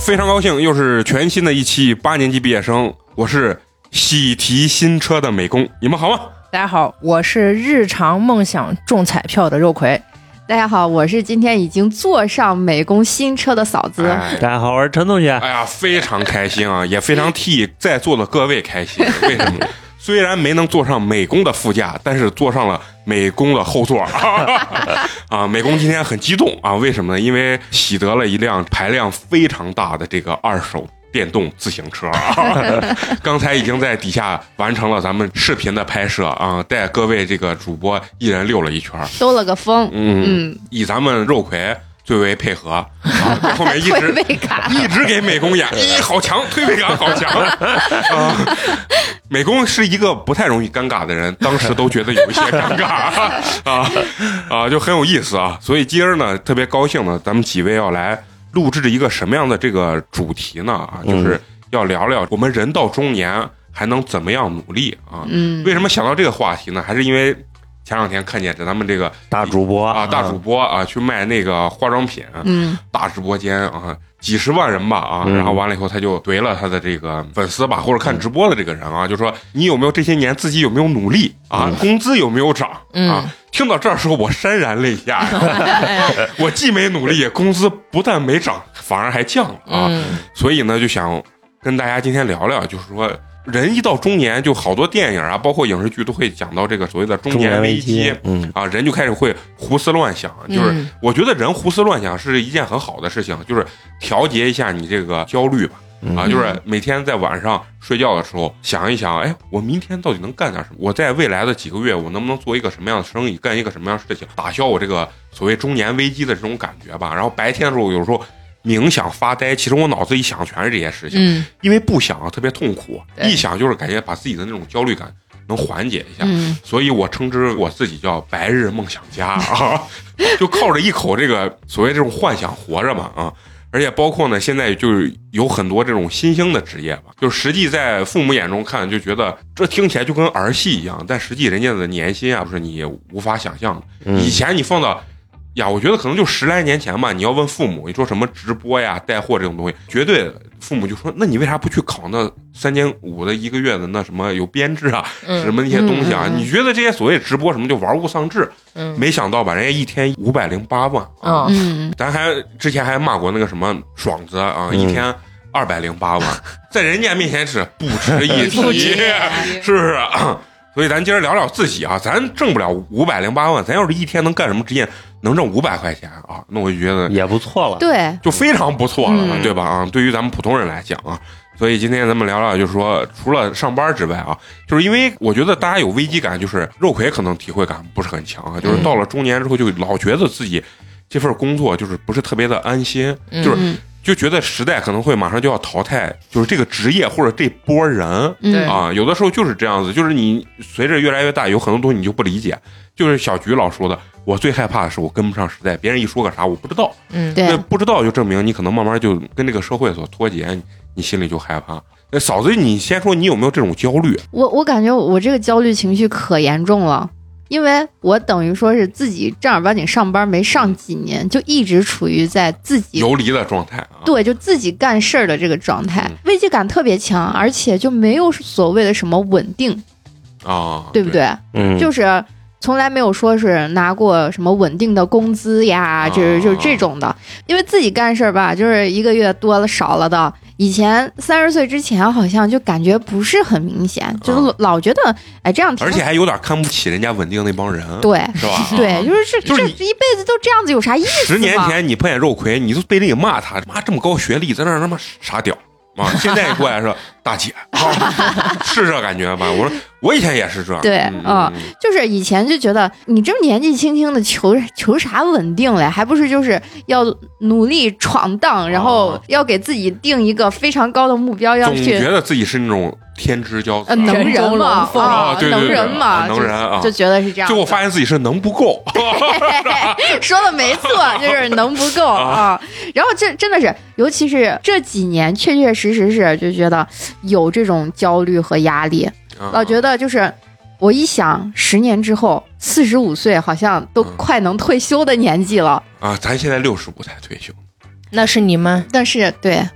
非常高兴，又是全新的一期8年级毕业生，我是喜提新车的美工，你们好吗？ 大家好，我是日常梦想中彩票的肉葵。 大家好，我是今天已经坐上美工新车的嫂子。 大家好，我是陈同学。 哎呀，非常开心啊，也非常替在座的各位开心。为什么？虽然没能坐上美工的副驾，但是坐上了美工的后座啊！美工今天很激动啊，为什么呢？因为喜得了一辆排量非常大的这个二手电动自行车啊！刚才已经在底下完成了咱们视频的拍摄啊，带各位这个主播一人溜了一圈， 兜了个风。 以咱们肉葵最为配合啊，在后面一直给美工演，好强，推背感好强啊！美工是一个不太容易尴尬的人，当时都觉得有一些尴尬就很有意思啊。所以今儿呢，特别高兴呢，咱们几位要来录制一个什么样的这个主题呢？啊，就是要聊聊我们人到中年还能怎么样努力啊？为什么想到这个话题呢？还是因为前两天看见咱们这个大主播啊， 去卖那个化妆品，大直播间啊，几十万人吧啊，然后完了以后他就怼了他的这个粉丝吧，或者看直播的这个人啊，就说你有没有这些年自己有没有努力啊，工资有没有涨啊？听到这儿时候我潸然泪下呀，我既没努力，工资不但没涨，反而还降了啊，所以呢就想跟大家今天聊聊，就是说。人一到中年，就好多电影啊，包括影视剧都会讲到这个所谓的中年危机，人就开始会胡思乱想。就是我觉得人胡思乱想是一件很好的事情，就是调节一下你这个焦虑吧。就是每天在晚上睡觉的时候想一想，哎，我明天到底能干点什么？我在未来的几个月，我能不能做一个什么样的生意，干一个什么样的事情，打消我这个所谓中年危机的这种感觉吧。然后白天的时候，有时候冥想发呆，其实我脑子一想全是这些事情，因为不想特别痛苦，一想就是感觉把自己的那种焦虑感能缓解一下，所以我称之我自己叫白日梦想家啊，就靠着一口这个所谓这种幻想活着嘛啊。而且包括呢，现在就是有很多这种新兴的职业吧，就实际在父母眼中看就觉得这听起来就跟儿戏一样，但实际人家的年薪啊，不是你无法想象的。以前你放到呀，我觉得可能就10来年前吧，你要问父母，你说什么直播呀、带货这种东西，绝对父母就说，那你为啥不去考那3500的一个月的那什么有编制啊，什么那些东西啊？你觉得这些所谓直播什么就玩物丧志？没想到吧，人家一天508万啊！咱之前还骂过那个什么爽子啊，一天208万，在人家面前是不值一提，是不是？所以咱今儿聊聊自己啊，咱挣不了508万，咱要是一天能干什么职业，能挣500块钱啊，那我就觉得也不错了， 对， 就非常不错了，对吧？啊，对于咱们普通人来讲啊，所以今天咱们聊聊，就是说除了上班之外啊，就是因为我觉得大家有危机感，就是肉葵可能体会感不是很强啊，就是到了中年之后，就老觉得自己这份工作就是不是特别的安心，就觉得时代可能会马上就要淘汰，就是这个职业或者这波人啊，有的时候就是这样子，就是你随着越来越大，有很多东西你就不理解。就是小菊老说的，我最害怕的是我跟不上时代，别人一说个啥我不知道， 对， 那不知道就证明你可能慢慢就跟这个社会所脱节，你心里就害怕。那嫂子，你先说你有没有这种焦虑？ 我感觉我这个焦虑情绪可严重了。因为我等于说是自己正儿八经上班没上几年，就一直处于在自己游离的状态啊。 对，就自己干事儿的这个状态，危机感特别强，而且就没有所谓的什么稳定啊， 对不对？就是从来没有说是拿过什么稳定的工资呀，就是这种的。因为自己干事儿吧，就是一个月多了少了的。以前30岁之前好像就感觉不是很明显，就老觉得哎这样， 而且还有点看不起人家稳定那帮人， 对， 是吧？ 对，就是这一辈子都这样子有啥意思？10 年前你碰见肉葵，你都被人给骂他，妈这么高学历，在那他妈傻屌啊！现在过来说大姐，是这感觉吧？我说我以前也是这样， 对就是以前就觉得你这么年纪轻轻的求啥稳定嘞？还不是就是要努力闯荡，然后要给自己定一个非常高的目标，要去总觉得自己是那种天之骄子， 能人嘛对能人嘛， 能人啊， 就觉得是这样。 结果发现自己是能不够， 说的没错，就是能不够啊。然后这真的是，尤其是这几年，确确实实是就觉得有这种焦虑和压力，老觉得就是我一想10年之后45岁好像都快能退休的年纪了啊，咱现在65才退休， 那是你们， 但是对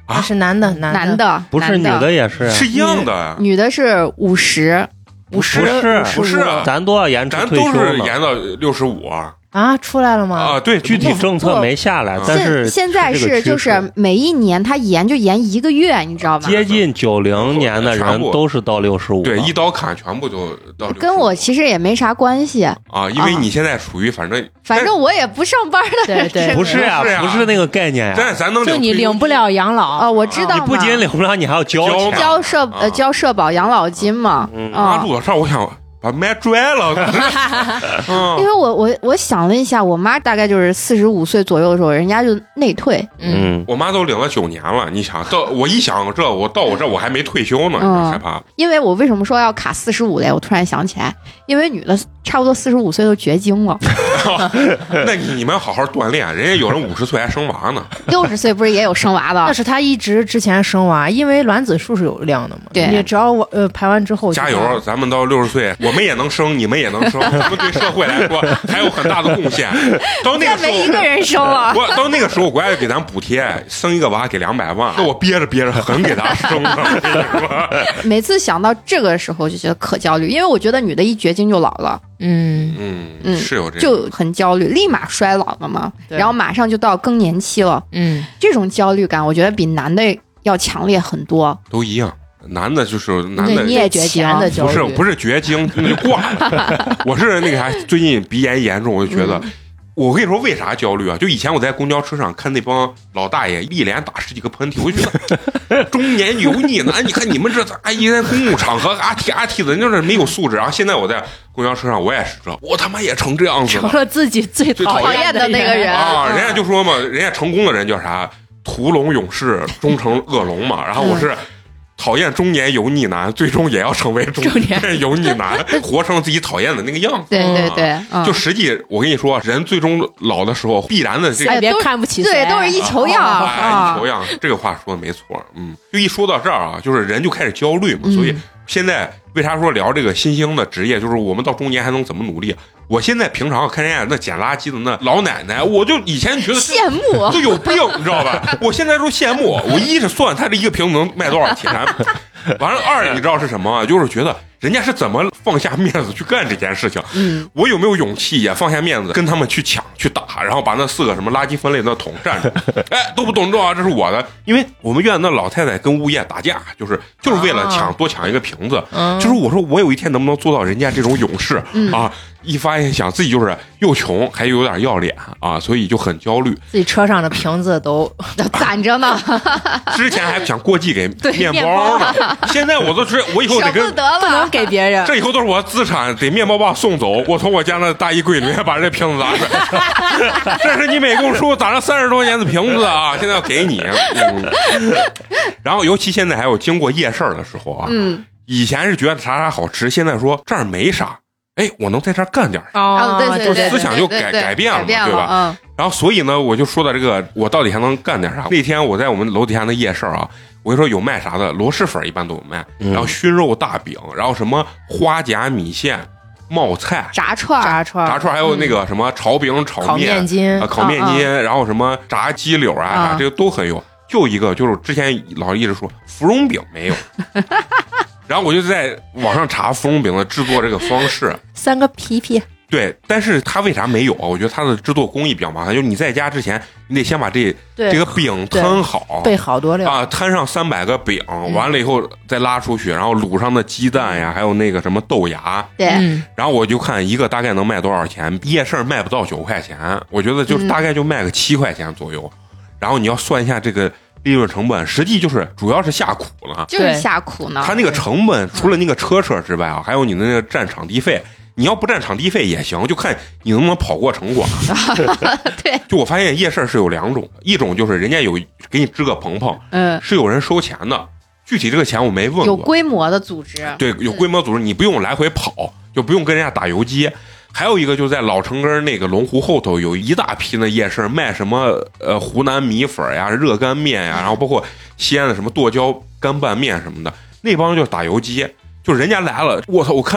啊， 是男的， 不是女的也是是一样的， 女的是50， 不是，咱都要延迟退休了， 咱都是延到65 啊，出来了吗？ 啊，对， 具体政策没下来，但是现在是就是每一年他延就延1个月，你知道吗？ 接近90年的人都是到65， 对，一刀砍全部就到65， 跟我其实也没啥关系啊，因为你现在属于反正我也不上班的， 对， 不是呀，不是那个概念呀， 咱能就你领不了养老啊，我知道， 你不仅领不了，你还要交社保养老金嘛， 啊，录到这儿我想。把麦拽了， 因为我想了一下，我妈大概就是45岁左右的时候，人家就内退。 我妈都领了9年了，你想到我一想我到我这我还没退休呢，你害怕？ 因为我为什么说要卡45嘞？我突然想起来，因为女的差不多45岁都绝经了。 那你们要好好锻炼，人家有人50岁还生娃呢 ，60岁不是也有生娃的？ 那是他一直之前生娃，因为卵子数是有量的嘛。 对， 你只要排完之后， 加油，咱们到60岁。我们也能生，你们也能生，咱们对社会来说还有很大的贡献。到那个时候， 没一个人生了。 到那个时候，国家就给咱补贴，生一个娃给200万。那我憋着，狠给他生了。 每次想到这个时候，就觉得可焦虑，因为我觉得女的一绝经就老了。 是有这， 就很焦虑，立马衰老了嘛，然后马上就到更年期了。这种焦虑感，我觉得比男的要强烈很多。 都一样。男的就是男的， 你也绝经的焦虑， 不是绝经，那就挂了。我是那个啥，最近鼻炎严重，我就觉得，我跟你说为啥焦虑啊？就以前我在公交车上看那帮老大爷一连打10几个喷嚏，我就觉得中年油腻男，你看你们这一在公共场合啊踢的，人就是没有素质。然后现在我在公交车上，我也是这，我他妈也成这样子了， 成了自己最讨厌的那个人啊！人家就说嘛，人家成功的人叫啥？屠龙勇士，终成恶龙嘛。然后我是。讨厌中年油腻男，最终也要成为中年油腻男，活成自己讨厌的那个样子。 对， 就实际我跟你说，人最终老的时候，必然的这个别看不起谁， 对，都是一球样， 一球样。这个话说的没错，就一说到这儿啊，就是人就开始焦虑嘛。所以现在为啥说聊这个新兴的职业，就是我们到中年还能怎么努力？我现在平常看人家那捡垃圾的那老奶奶，我就以前觉得羡慕， 就有病，你知道吧？我现在说羡慕，我一是算他这一个瓶子能卖多少钱，完了二你知道是什么？就是觉得人家是怎么放下面子去干这件事情。我有没有勇气也放下面子跟他们去抢去打，然后把那4个什么垃圾分类的桶占住？哎，都不懂这啊，这是我的。因为我们院那老太太跟物业打架，就是为了多抢一个瓶子。就是我说我有一天能不能做到人家这种勇士啊？一发现想自己就是又穷还有点要脸啊，所以就很焦虑。 自己车上的瓶子都攒着呢。 之前还想过继给面包呢，现在我都是我以后得跟不能给别人， 这以后都是我资产，得面包把送走。我从我家那大衣柜里面把这瓶子拿出来，这是你美工叔攒了30多年的瓶子啊，现在要给你。然后尤其现在还有经过夜市的时候啊，以前是觉得啥好吃，现在说这儿没啥。哎，我能在这儿干点啥？ 就思想就改变了嘛，对吧？然后所以呢，我就说到这个，我到底还能干点啥？那天我在我们楼底下那夜市啊，我跟你说有卖啥的，螺蛳粉一般都有卖，然后熏肉大饼，然后什么花甲米线、冒菜、 炸串， 还有那个什么炒饼、炒面筋、然后什么炸鸡柳啊，这个都很有。就一个就是之前老一直说芙蓉饼没有。然后我就在网上查芙蓉饼的制作这个方式 ，3个皮皮。 对，但是它为啥没有啊？我觉得它的制作工艺比较麻烦，就是你在家之前，你得先把这个饼摊好， 备好多料啊，摊上300个饼，完了以后再拉出去，然后卤上的鸡蛋呀，还有那个什么豆芽， 对， 然后我就看一个大概能卖多少钱，夜市卖不到9块钱，我觉得就大概就卖个7块钱左右，然后你要算一下这个。利润成本实际就是主要是下苦了， 就是下苦呢。 它那个成本除了那个车之外啊，还有你的那个占场地费。你要不占场地费也行，就看你能不能跑过城管。 对， 就我发现夜市是有2种的，一种就是人家有给你支个棚棚，是有人收钱的，具体这个钱我没问过。 有规模的组织， 对，有规模组织，你不用来回跑，就不用跟人家打游击。还有一个就在老城根那个龙湖后头有一大批的夜市，卖什么湖南米粉呀、热干面呀，然后包括西安的什么剁椒干拌面什么的，那帮就是打游击，就人家来了，我操！我看着都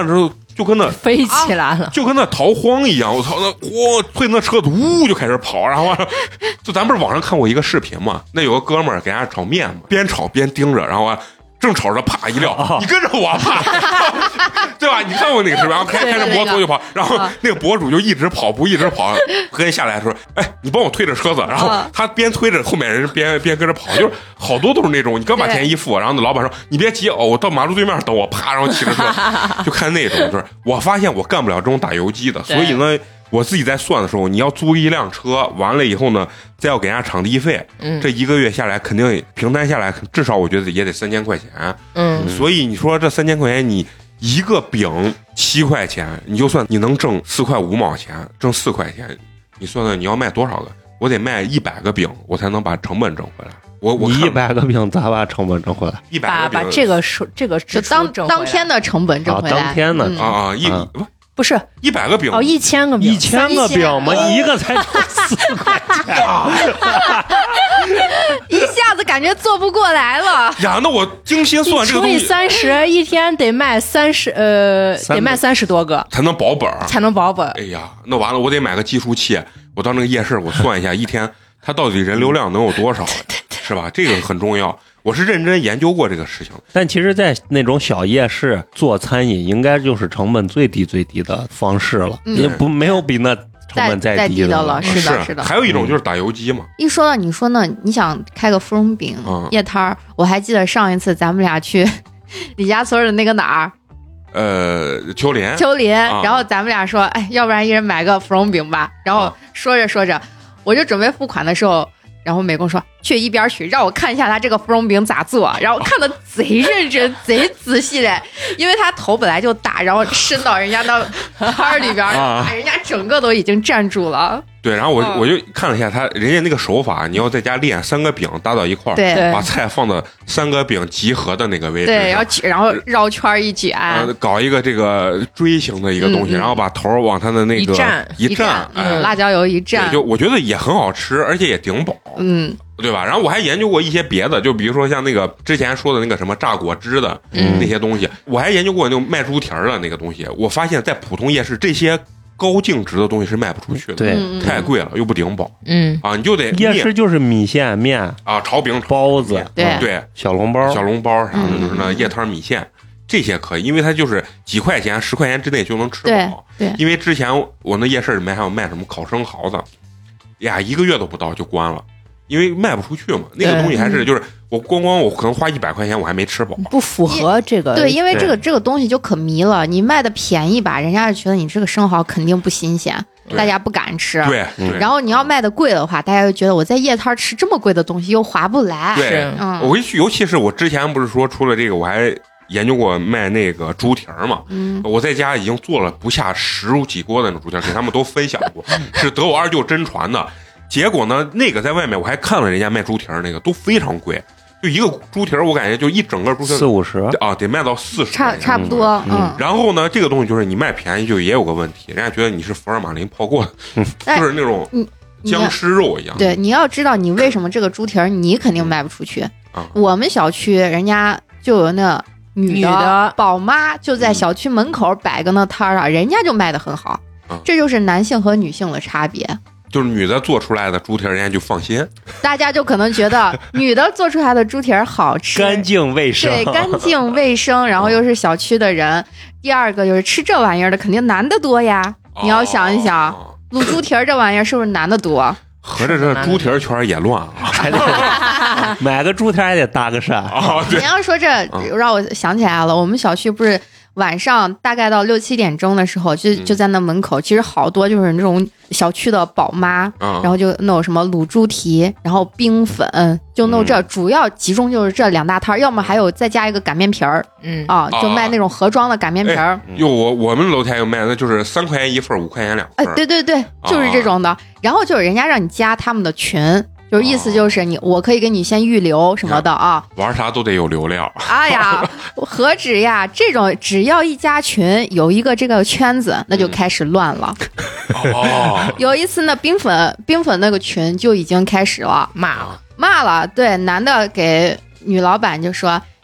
就跟那飞起来了， 就跟那逃荒一样。我操，那推那车子呜就开始跑，然后就咱不是网上看过一个视频嘛？那有个哥们儿给人家炒面嘛，边炒边盯着，然后正吵着，啪一撂，你跟着我，啪，对吧？你看过那个视频，然后开着摩托就跑，然后那个博主就一直跑步，一直跑，跟人下来说：“哎，你帮我推着车子。”然后他边推着，后面人边跟着跑，就是好多都是那种你刚把钱一付，然后那老板说：“你别急哦，我到马路对面等我。”啪，然后骑着车就看那种，就是我发现我干不了这种打游击的，所以呢。我自己在算的时候，你要租一辆车，完了以后呢，再要给人家场地费，这1个月下来肯定平摊下来，至少我觉得也得3000块钱。所以你说这3000块钱，你一个饼7块钱，你就算你能挣4块5毛钱，挣4块钱，你算算你要卖多少个？我得卖100个饼，我才能把成本挣回来。 你100个饼咋把成本挣回来 ？100个饼把这个就当天的成本挣回来。 当天的不是 100个饼哦，1000个饼 ，1000个饼嘛，一个才挣4块钱， 一下子感觉做不过来了呀！那我精心算这个东西， 乘以30，一天得卖得卖30多个才能保本，哎呀，那完了，我得买个计数器，我到那个夜市我算一下，一天它到底人流量能有多少，是吧？这个很重要。我是认真研究过这个事情， 但其实，在那种小夜市做餐饮，应该就是成本最低的方式了，也没有比那成本再低的了。是的。 还有一种就是打游击嘛。 一说到你说呢，你想开个芙蓉饼夜摊儿，我还记得上一次咱们俩去李家村的那个哪儿， 秋林， 然后咱们俩说，哎，要不然一人买个芙蓉饼吧。然后说着，我就准备付款的时候。然后美工说去一边去，让我看一下他这个芙蓉饼咋做。然后看的贼认真贼仔细嘞，因为他头本来就大，然后伸到人家那摊里边，人家整个都已经站住了。 对，然后我就看了一下人家那个手法，你要在家练3个饼搭到一块儿， 对， 把菜放到3个饼集合的那个位置， 对，然后绕圈一卷， 搞一个这个锥形的一个东西，然后把头往它的那个一蘸， 辣椒油一蘸， 就我觉得也很好吃，而且也顶饱，对吧？然后我还研究过一些别的，就比如说像那个之前说的那个什么榨果汁的那些东西，我还研究过那种卖猪蹄儿的那个东西，我发现在普通夜市这些高净值的东西是卖不出去的， 对， 太贵了又不顶饱，你就得夜市就是米线面啊，炒饼、 包子， 对， 小笼包啥的，就是那夜摊米线这些可以，因为它就是几块钱、10块钱之内就能吃饱。 对， 因为之前我那夜市里面还有卖什么烤生蚝子，呀，1个月都不到就关了。因为卖不出去嘛，那个东西还是就是我我可能花100块钱我还没吃饱， 不符合这个。 对，因为这个东西就可迷了，你卖的便宜吧，人家就觉得你这个生蚝肯定不新鲜，大家不敢吃。 对， 然后你要卖的贵的话，大家就觉得我在夜摊吃这么贵的东西又划不来。 对，我尤其是我之前不是说除了这个我还研究过卖那个猪蹄儿嘛，我在家已经做了不下10几锅的那种猪蹄儿，给他们都分享过，是得我2舅真传的。结果呢，那个在外面我还看了人家卖猪蹄儿，那个都非常贵，就一个猪蹄儿，我感觉就一整个猪蹄儿 40-50 啊，得卖到40， 差不多。 然后呢，这个东西就是你卖便宜，就也有个问题，人家觉得你是福尔马林泡过的，就是那种僵尸肉一样。 对，你要知道你为什么这个猪蹄儿你肯定卖不出去。我们小区人家就有那女的宝妈就在小区门口摆个那摊儿啊，人家就卖得很好。这就是男性和女性的差别。 就是女的做出来的猪蹄儿，人家就放心， 大家就可能觉得女的做出来的猪蹄儿好吃， 干净卫生， 对，干净卫生，然后又是小区的人。第二个就是吃这玩意儿的肯定男的多呀，你要想一想，卤猪蹄儿这玩意儿是不是男的多？ 合着这猪蹄儿圈也乱了， 还得买个猪蹄儿还得搭个扇。 你要说这让我想起来了，我们小区不是晚上大概到6、7点钟的时候，就在那门口，其实好多就是那种小区的宝妈，然后就弄什么卤猪蹄，然后冰粉，就弄这，主要集中就是这2大摊，要么还有再加一个擀面皮儿，就卖那种盒装的擀面皮儿。 我们楼台有卖的，就是3块钱一份，5块钱2份。 对，就是这种的。然后就是人家让你加他们的群。就是意思就是我可以给你先预留什么的啊， 玩啥都得有流量。 哎呀，何止呀！这种只要一加群，有一个这个圈子，那就开始乱了。有一次呢，冰粉那个群就已经开始了骂了。对，男的给女老板就说：“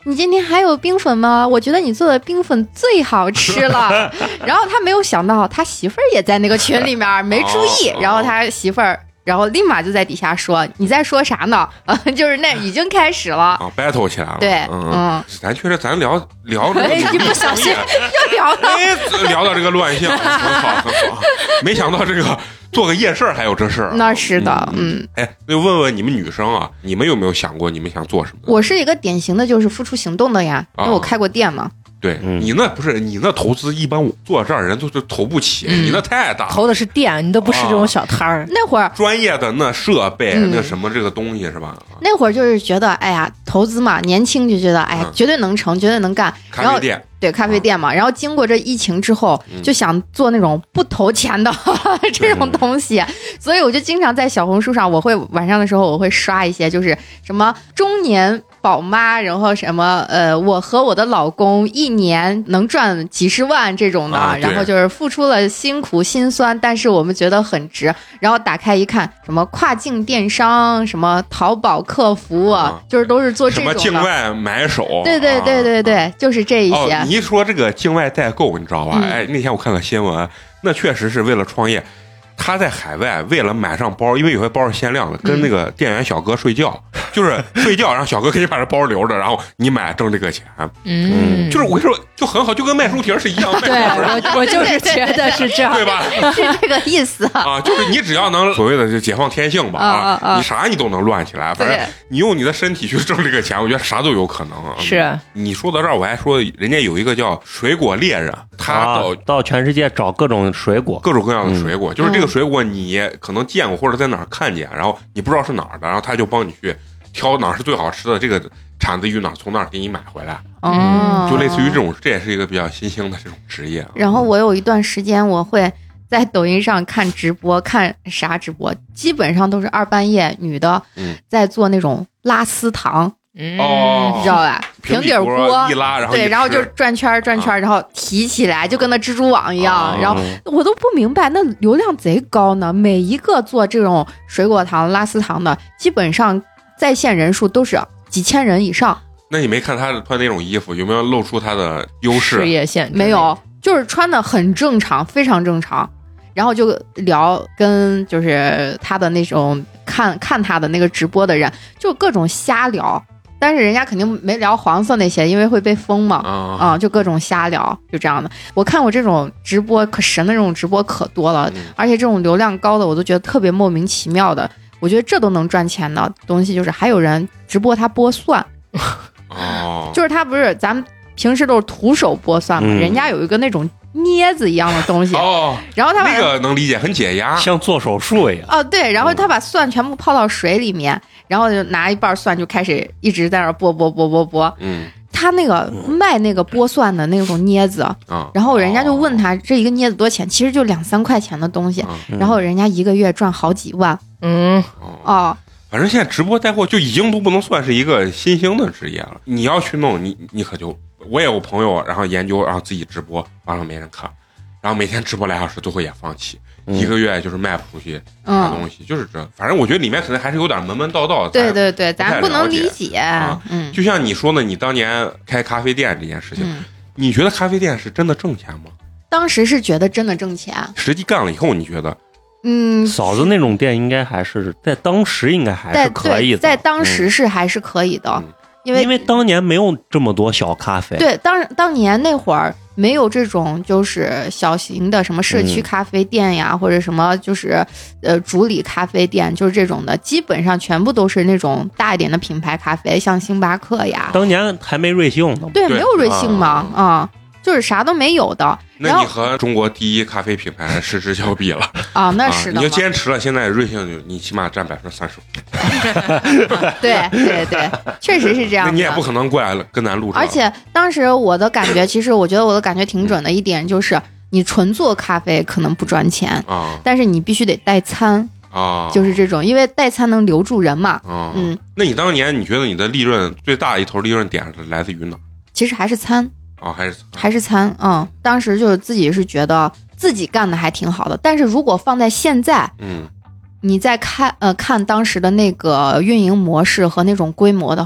你今天还有冰粉吗？我觉得你做的冰粉最好吃了。然后他没有想到他媳妇儿也在那个群里面没注意，然后他媳妇儿。然后立马就在底下说：“你在说啥呢？”就是那已经开始了啊，battle 起来了。 对， 咱确实咱聊一不小心又聊到这个乱象，很好。没想到这个做个夜市还有这事儿。 那是的， 哎，那就问问你们女生啊，你们有没有想过你们想做什么？ 我是一个典型的就是付出行动的呀，因为我开过店嘛。 对你那不是你那投资，一般我做这儿人都投不起，你那太大， 投的是店，你都不是这种小摊儿。 那会儿专业的那设备那什么这个东西是吧？ 那会儿就是觉得，哎呀，投资嘛，年轻就觉得，哎呀，绝对能成，绝对能干。 咖啡店。 对咖啡店嘛，然后经过这疫情之后，就想做那种不投钱的这种东西，所以我就经常在小红书上，我会晚上的时候我会刷一些，就是什么中年宝妈，然后什么我和我的老公一年能赚几十万这种的，然后就是付出了辛苦辛酸，但是我们觉得很值。然后打开一看，什么跨境电商，什么淘宝客服，就是都是做这种的。 什么境外买手？ 对，就是这一些。 你一说这个境外代购，你知道吧？哎，那天我看个新闻，那确实是为了创业。他在海外为了买上包，因为有些包是限量的，跟那个店员小哥睡觉，就是睡觉，然后小哥给你把这包留着，然后你买挣这个钱。就是我跟你说就很好，就跟卖猪蹄是一样。 对，我就是觉得是这样， 对吧？ 是这个意思啊， 就是你只要能所谓的就解放天性吧你啥你都能乱起来，反正你用你的身体去挣这个钱，我觉得啥都有可能。 是你说到这儿，我还说人家有一个叫水果猎人，他到全世界找各种水果， 各种各样的水果，就是这个水果你可能见过或者在哪儿看见，然后你不知道是哪儿的，然后他就帮你去挑哪儿是最好吃的，这个产自于哪儿，从哪儿给你买回来。就类似于这种，这也是一个比较新兴的这种职业。 然后我有一段时间我会在抖音上看直播，看啥直播？基本上都是2半夜女的在做那种拉丝糖。你知道吧？平底锅一拉，然后对，然后就转圈，然后提起来，就跟那蜘蛛网一样。然后我都不明白，那流量贼高呢。每一个做这种水果糖、拉丝糖的，基本上在线人数都是几千人以上。 那你没看他穿那种衣服，有没有露出他的优势？ 事业线没有，就是穿的很正常，非常正常。然后就聊跟就是他的那种看他的那个直播的人，就各种瞎聊。但是人家肯定没聊黄色那些，因为会被封嘛，就各种瞎聊，就这样的。我看过这种直播可神的这种直播可多了，而且这种流量高的我都觉得特别莫名其妙的。我觉得这都能赚钱的东西，就是还有人直播他剥蒜，就是他不是咱们平时都是徒手剥蒜嘛，人家有一个那种镊子一样的东西，然后他把那个能理解，很解压， 像做手术一样。 对，然后他把蒜全部泡到水里面，然后就拿一半蒜就开始一直在那剥。他那个卖那个剥蒜的那种镊子，然后人家就问他这一个镊子多钱，其实就2-3块钱的东西，然后人家一个月赚好几万。 反正现在直播带货就已经都不能算是一个新兴的职业了。你要去弄，你可就，我也有朋友，然后研究，然后自己直播，完了没人看，然后每天直播2小时，最后也放弃，一个月就是卖不出去啥东西，就是这。反正我觉得里面可能还是有点门道道。 对，咱不能理解。 就像你说的，你当年开咖啡店这件事情，你觉得咖啡店是真的挣钱吗？ 当时是觉得真的挣钱， 实际干了以后，你觉得？ 嫂子那种店应该还是在当时应该还是可以的， 在当时是还是可以的，因为当年没有这么多小咖啡。 对，当年那会儿没有这种就是小型的什么社区咖啡店呀，或者什么就是主理咖啡店，就是这种的，基本上全部都是那种大一点的品牌咖啡，像星巴克呀。 当年还没瑞幸呢。 对，没有瑞幸嘛，就是啥都没有的。 那你和中国第一咖啡品牌失之交臂了那是的。 你就坚持了，现在瑞幸就你起码占35%。 对，确实是这样的。 那你也不可能过来跟咱录。 而且当时我的感觉，其实我觉得我的感觉挺准的一点就是，你纯做咖啡可能不赚钱但是你必须得带餐就是这种，因为带餐能留住人嘛。 那你当年你觉得你的利润最大的一头利润点是来自于哪？ 其实还是餐。 还是餐。当时就是自己是觉得自己干的还挺好的，但是如果放在现在，你再看当时的那个运营模式和那种规模的话，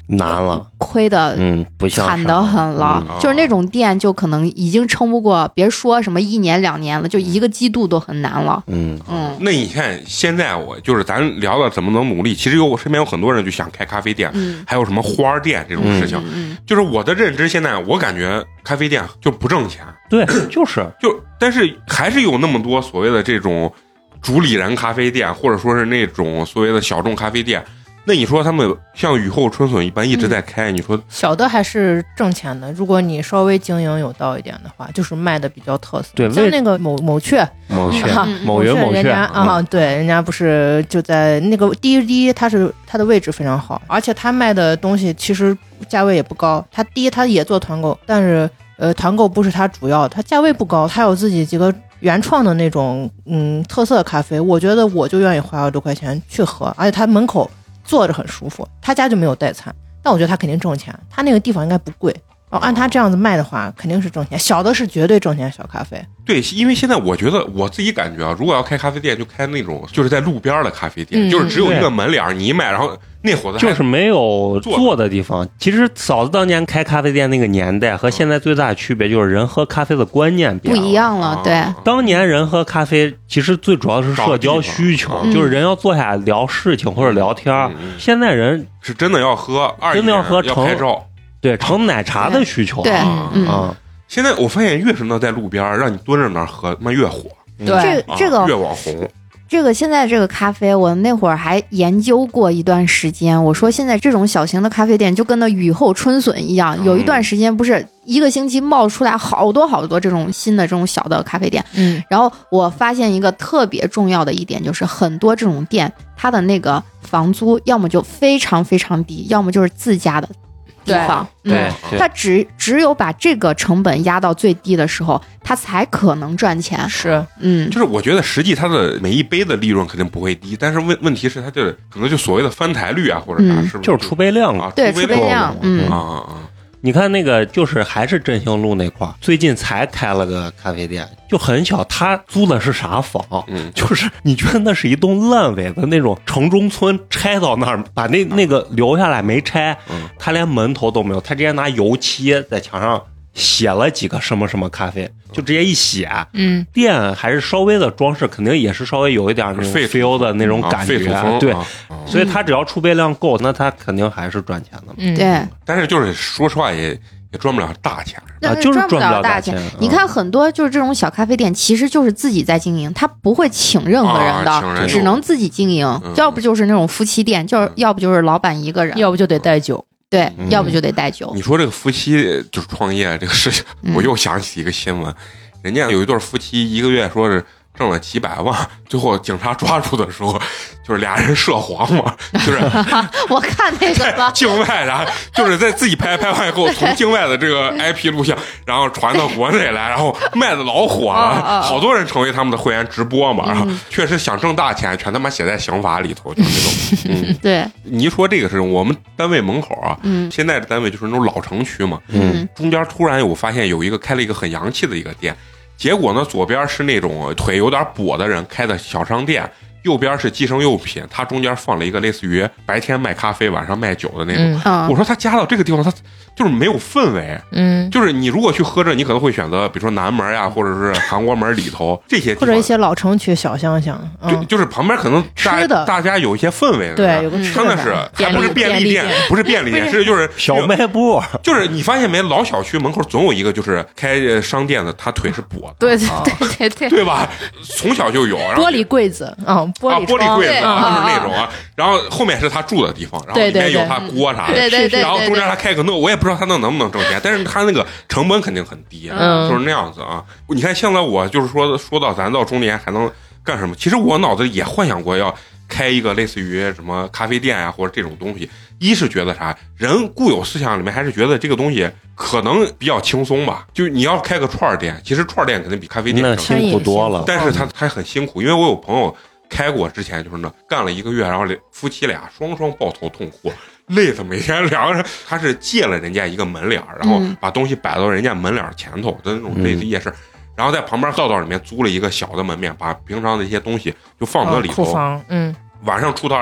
难了， 亏的不像惨得很了。就是那种店就可能已经撑不过，别说什么1年2年了，就一个季度都很难了。 那你看现在我就是咱聊的怎么能努力，其实我身边有很多人就想开咖啡店，还有什么花店这种事情。就是我的认知，现在我感觉咖啡店就不挣钱。 对， 但是还是有那么多所谓的这种主理人咖啡店，或者说是那种所谓的小众咖啡店。那你说他们像雨后春笋一般一直在开，你说小的还是挣钱的。如果你稍微经营有道一点的话，就是卖的比较特色。 对， 像那个某雀， 某雀， 人家啊，对，人家不是就在那个第一，它的位置非常好，而且他卖的东西其实价位也不高。他也做团购，但是团购不是他主要，他价位不高，他有自己几个原创的那种特色咖啡。我觉得我就愿意花20多块钱去喝，而且他门口坐着很舒服，他家就没有代餐，但我觉得他肯定挣钱，他那个地方应该不贵。按他这样子卖的话，肯定是挣钱。小的是绝对挣钱，小咖啡。 对，因为现在我觉得我自己感觉啊，如果要开咖啡店，就开那种就是在路边的咖啡店，就是只有一个门脸，你一买，然后那会儿就是没有坐的地方。其实嫂子当年开咖啡店那个年代和现在最大的区别就是人喝咖啡的观念变了， 不一样了。对， 当年人喝咖啡其实最主要是社交需求，就是人要坐下来聊事情或者聊天。现在人是真的要喝， 真的要喝要拍照。 对，成奶茶的需求。 对， 现在我发现越是能在路边让你蹲着那儿喝，他妈越火。 对，这个越网红。 这个现在这个咖啡，我那会儿还研究过一段时间。我说现在这种小型的咖啡店就跟那雨后春笋一样，有一段时间不是一个星期冒出来好多好多这种新的这种小的咖啡店。然后我发现一个特别重要的一点，就是很多这种店，它的那个房租要么就非常非常低，要么就是自家的地方。他只有把这个成本压到最低的时候，他才可能赚钱。 是， 就是我觉得实际它的每一杯的利润肯定不会低，但是问题是它这可能就所谓的翻台率啊，或者啥，是不是就是储备量啊？ 对，储备量。 你看那个就是还是振兴路那块儿，最近才开了个咖啡店，就很小。他租的是啥房？就是你觉得那是一栋烂尾的那种城中村，拆到那儿，把那个留下来没拆，他连门头都没有，他直接拿油漆在墙上写了几个什么什么咖啡，就直接一写。店还是稍微的装饰，肯定也是稍微有一点那种 feel 的那种感觉。对，所以他只要储备量够，那他肯定还是赚钱的。 对， 但是就是说实话也赚不了大钱啊， 就是赚不了大钱。 你看很多就是这种小咖啡店，其实就是自己在经营，他不会请任何人的，只能自己经营。要不就是那种夫妻店，要不就是老板一个人， 要不就得带酒。 对，要不就得带酒。 你说这个夫妻就是创业这个事情，我又想起一个新闻，人家有一对夫妻一个月说是挣了几百万，最后警察抓住的时候，就是俩人涉黄嘛，就是我看那个了， 境外然后就是在自己拍完以后，从境外的这个 IP 录像，然后传到国内来，然后卖的老火了，好多人成为他们的会员直播嘛，然后确实想挣大钱，全他妈写在刑法里头，就是那种。 对， 你一说这个事情，我们单位门口啊，现在的单位就是那种老城区嘛，中间突然我发现有一个开了一个很洋气的一个店。结果呢，左边是那种腿有点跛的人开的小商店，右边是计生用品，它中间放了一个类似于白天卖咖啡晚上卖酒的那种。我说他加到这个地方，他就是没有氛围。就是你如果去喝这，你可能会选择比如说南门呀，或者是韩国门里头这些地方， 或者一些老城区小乡乡， 就是旁边可能大家有一些氛围。 对，有个吃的。 真的是还不是便利店，不是便利店，是就是小卖部。 就是你发现没，老小区门口总有一个就是开商店的，他腿是跛的。 对， 对吧？从小就有玻璃柜子玻璃柜子就是那种啊，然后后面是他住的地方，然后里面有他锅啥的，然后中间他开个我也不知道他能不能挣钱，但是他那个成本肯定很低，就是那样子啊。你看现在我就是说到咱到中年还能干什么？其实我脑子里也幻想过要开一个类似于什么咖啡店呀，或者这种东西。一是觉得啥，人固有思想里面还是觉得这个东西可能比较轻松吧。就是你要开个串店，其实串店肯定比咖啡店那辛苦多了， 但是他还很辛苦，因为我有朋友开过，之前就是那干了1个月，然后夫妻俩双抱头痛哭，累的每天2个人，他是借了人家一个门脸，然后把东西摆到人家门脸前头的那种类似夜市。然后在旁边道里面租了一个小的门面，把平常的一些东西就放在里头。 库房， 晚上出摊的时候，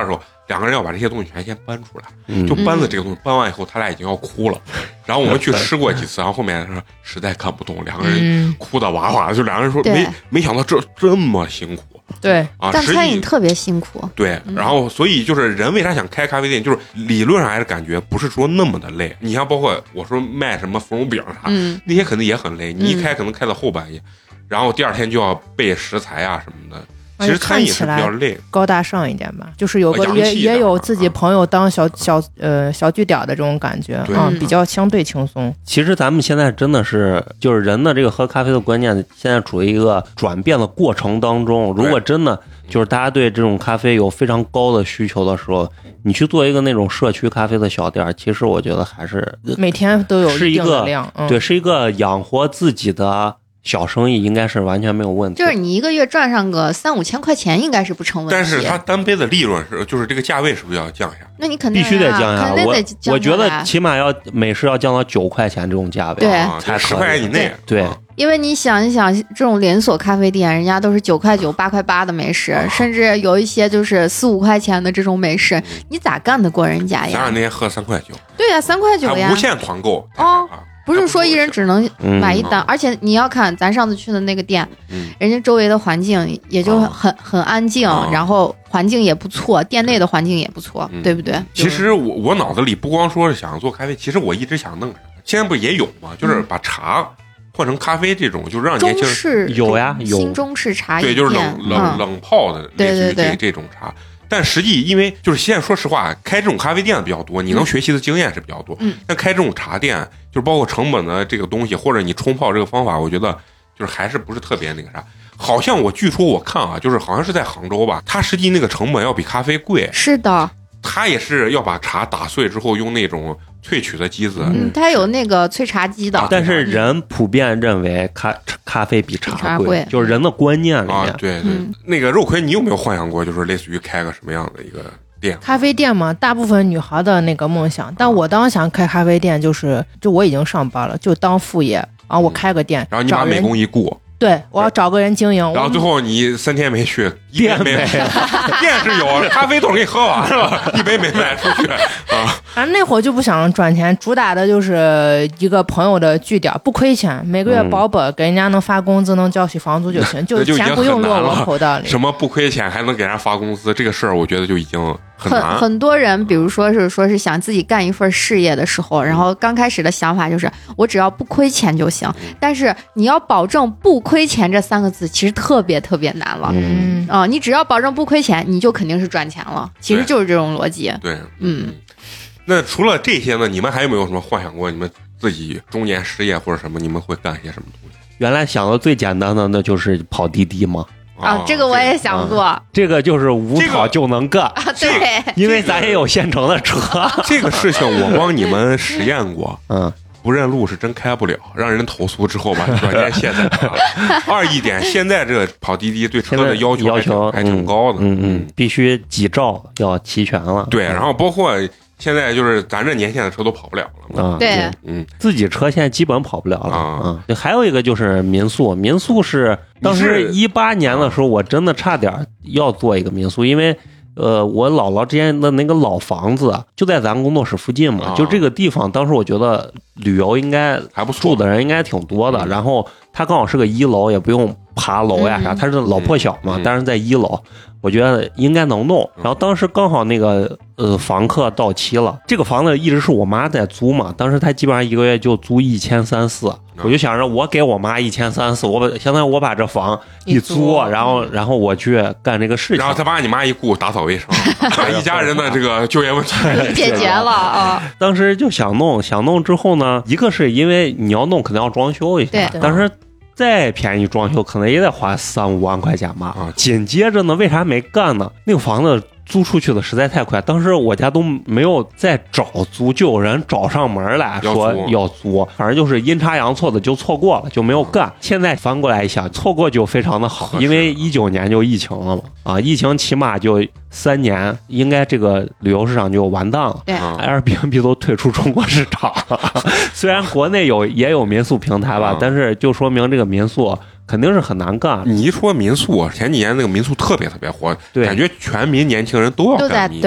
两个人要把这些东西全先搬出来，就搬的这个东西搬完以后，他俩已经要哭了。然后我们去吃过几次，然后后面说实在看不动，两个人哭的哇哇，就两个人说没想到这么辛苦。 对啊， 干餐饮特别辛苦。 对，然后所以就是人为啥想开咖啡店，就是理论上还是感觉不是说那么的累。你像包括我说卖什么芙蓉饼啥，那些肯定也很累。你一开可能开到后半夜，然后第二天就要备食材啊什么的。其实餐饮是比较累， 高大上一点吧，就是有个也有自己朋友当小据点的这种感觉啊，比较相对轻松。 其实咱们现在真的是，就是人的这个喝咖啡的观念，现在处于一个转变的过程当中。如果真的就是大家对这种咖啡有非常高的需求的时候，你去做一个那种社区咖啡的小店，其实我觉得还是每天都有一定的量， 对，是一个养活自己的小生意，应该是完全没有问题。 就是你一个月赚上个3-5千块钱，应该是不成问题。 但是它单杯的利润就是这个价位是不是要降下？ 那你肯定必须得降下。我觉得起码美式要降到9块钱这种价位， 对， 才10块钱以内。 对， 因为你想一想，这种连锁咖啡店，人家都是9块9、8块8的美式，甚至有一些就是4-5块钱的这种美式，你咋干得过人家呀？ 咱俩那天喝3块9。 对呀，3块9呀， 无限团购哦。不是说一人只能买一单，而且你要看咱上次去的那个店，人家周围的环境也就很安静，然后环境也不错，店内的环境也不错，对不对？ 其实我脑子里不光说是想做咖啡，其实我一直想弄什么，现在不也有吗？就是把茶换成咖啡这种，就让年轻人有呀，有新中式茶对，就是冷泡的，类似于这种茶。但实际因为就是现在说实话，开这种咖啡店的比较多，你能学习的经验是比较多。但开这种茶店，就是包括成本的这个东西，或者你冲泡这个方法，我觉得就是还是不是特别那个啥。好像据说我看啊，就是好像是在杭州吧，它实际那个成本要比咖啡贵。 是的。 它也是要把茶打碎之后用那种萃取的机子， 它有那个萃茶机的。 但是人普遍认为咖啡比茶贵，就是人的观念里面。 对对，那个肉葵，你有没有幻想过，就是类似于开个什么样的一个店？ 咖啡店嘛，大部分女孩的那个梦想。但我当时想开咖啡店，就我已经上班了，就当副业，然后我开个店， 然后你把美工一雇。 对，我要找个人经营， 然后最后你3天没去，一杯没店是有，咖啡都给你喝完了，一杯没卖出去啊。 反正那会儿就不想赚钱，主打的就是一个朋友的据点，不亏钱，每个月保本，给人家能发工资，能交起房租就行，就钱不用落我口袋里。 什么不亏钱还能给人家发工资，这个事儿我觉得就已经很难。 很多人，比如说是想自己干一份事业的时候，然后刚开始的想法就是我只要不亏钱就行，但是你要保证不亏钱这3个字其实特别特别难了。你只要保证不亏钱，你就肯定是赚钱了，其实就是这种逻辑。 对，那除了这些呢，你们还有没有什么幻想过你们自己中年失业或者什么，你们会干些什么东西？ 原来想的最简单的那就是跑滴滴嘛。 这个我也想过， 这个就是无跑就能干。 对， 因为咱也有现成的车。 这个事情我帮你们实验过，不认路是真开不了，让人投诉之后把软件卸载了。二一点，现在这个跑滴滴对车的要求还挺高的， 必须几照要齐全了。 对，然后包括现在就是咱这年限的车都跑不了了嘛。对，自己车现在基本跑不了了。还有一个就是民宿，民宿是当时18年的时候，我真的差点要做一个民宿，因为我姥姥之前的那个老房子就在咱工作室附近嘛，就这个地方，当时我觉得旅游应该还不错， 住的人应该挺多的。然后它刚好是个1楼，也不用爬楼呀啥，它是老破小嘛，但是在1楼。我觉得应该能弄，然后当时刚好那个房客到期了，这个房子一直是我妈在租嘛，当时她基本上1个月就租1300-1400，我就想着我给我妈1300-1400，相当于我把这房一租，然后我去干这个事情， 然后再把你妈一雇打扫卫生，一家人的这个就业问题解决了啊。 当时就想弄之后呢，一个是因为你要弄肯定要装修一下，当时再便宜装修可能也得花3-5万块钱吧。紧接着呢，为啥没干呢？那个房子租出去的实在太快，当时我家都没有再找租，就有人找上门来说要租，反正就是阴差阳错的就错过了，就没有干。现在翻过来一想，错过就非常的好，因为19年就疫情了嘛，疫情起码就3年，应该这个旅游市场就完蛋了。Airbnb 都退出中国市场了，虽然国内也有民宿平台吧，但是就说明这个民宿肯定是很难干。 你一说民宿，前几年那个民宿特别特别火，感觉全民年轻人都要干民。 对，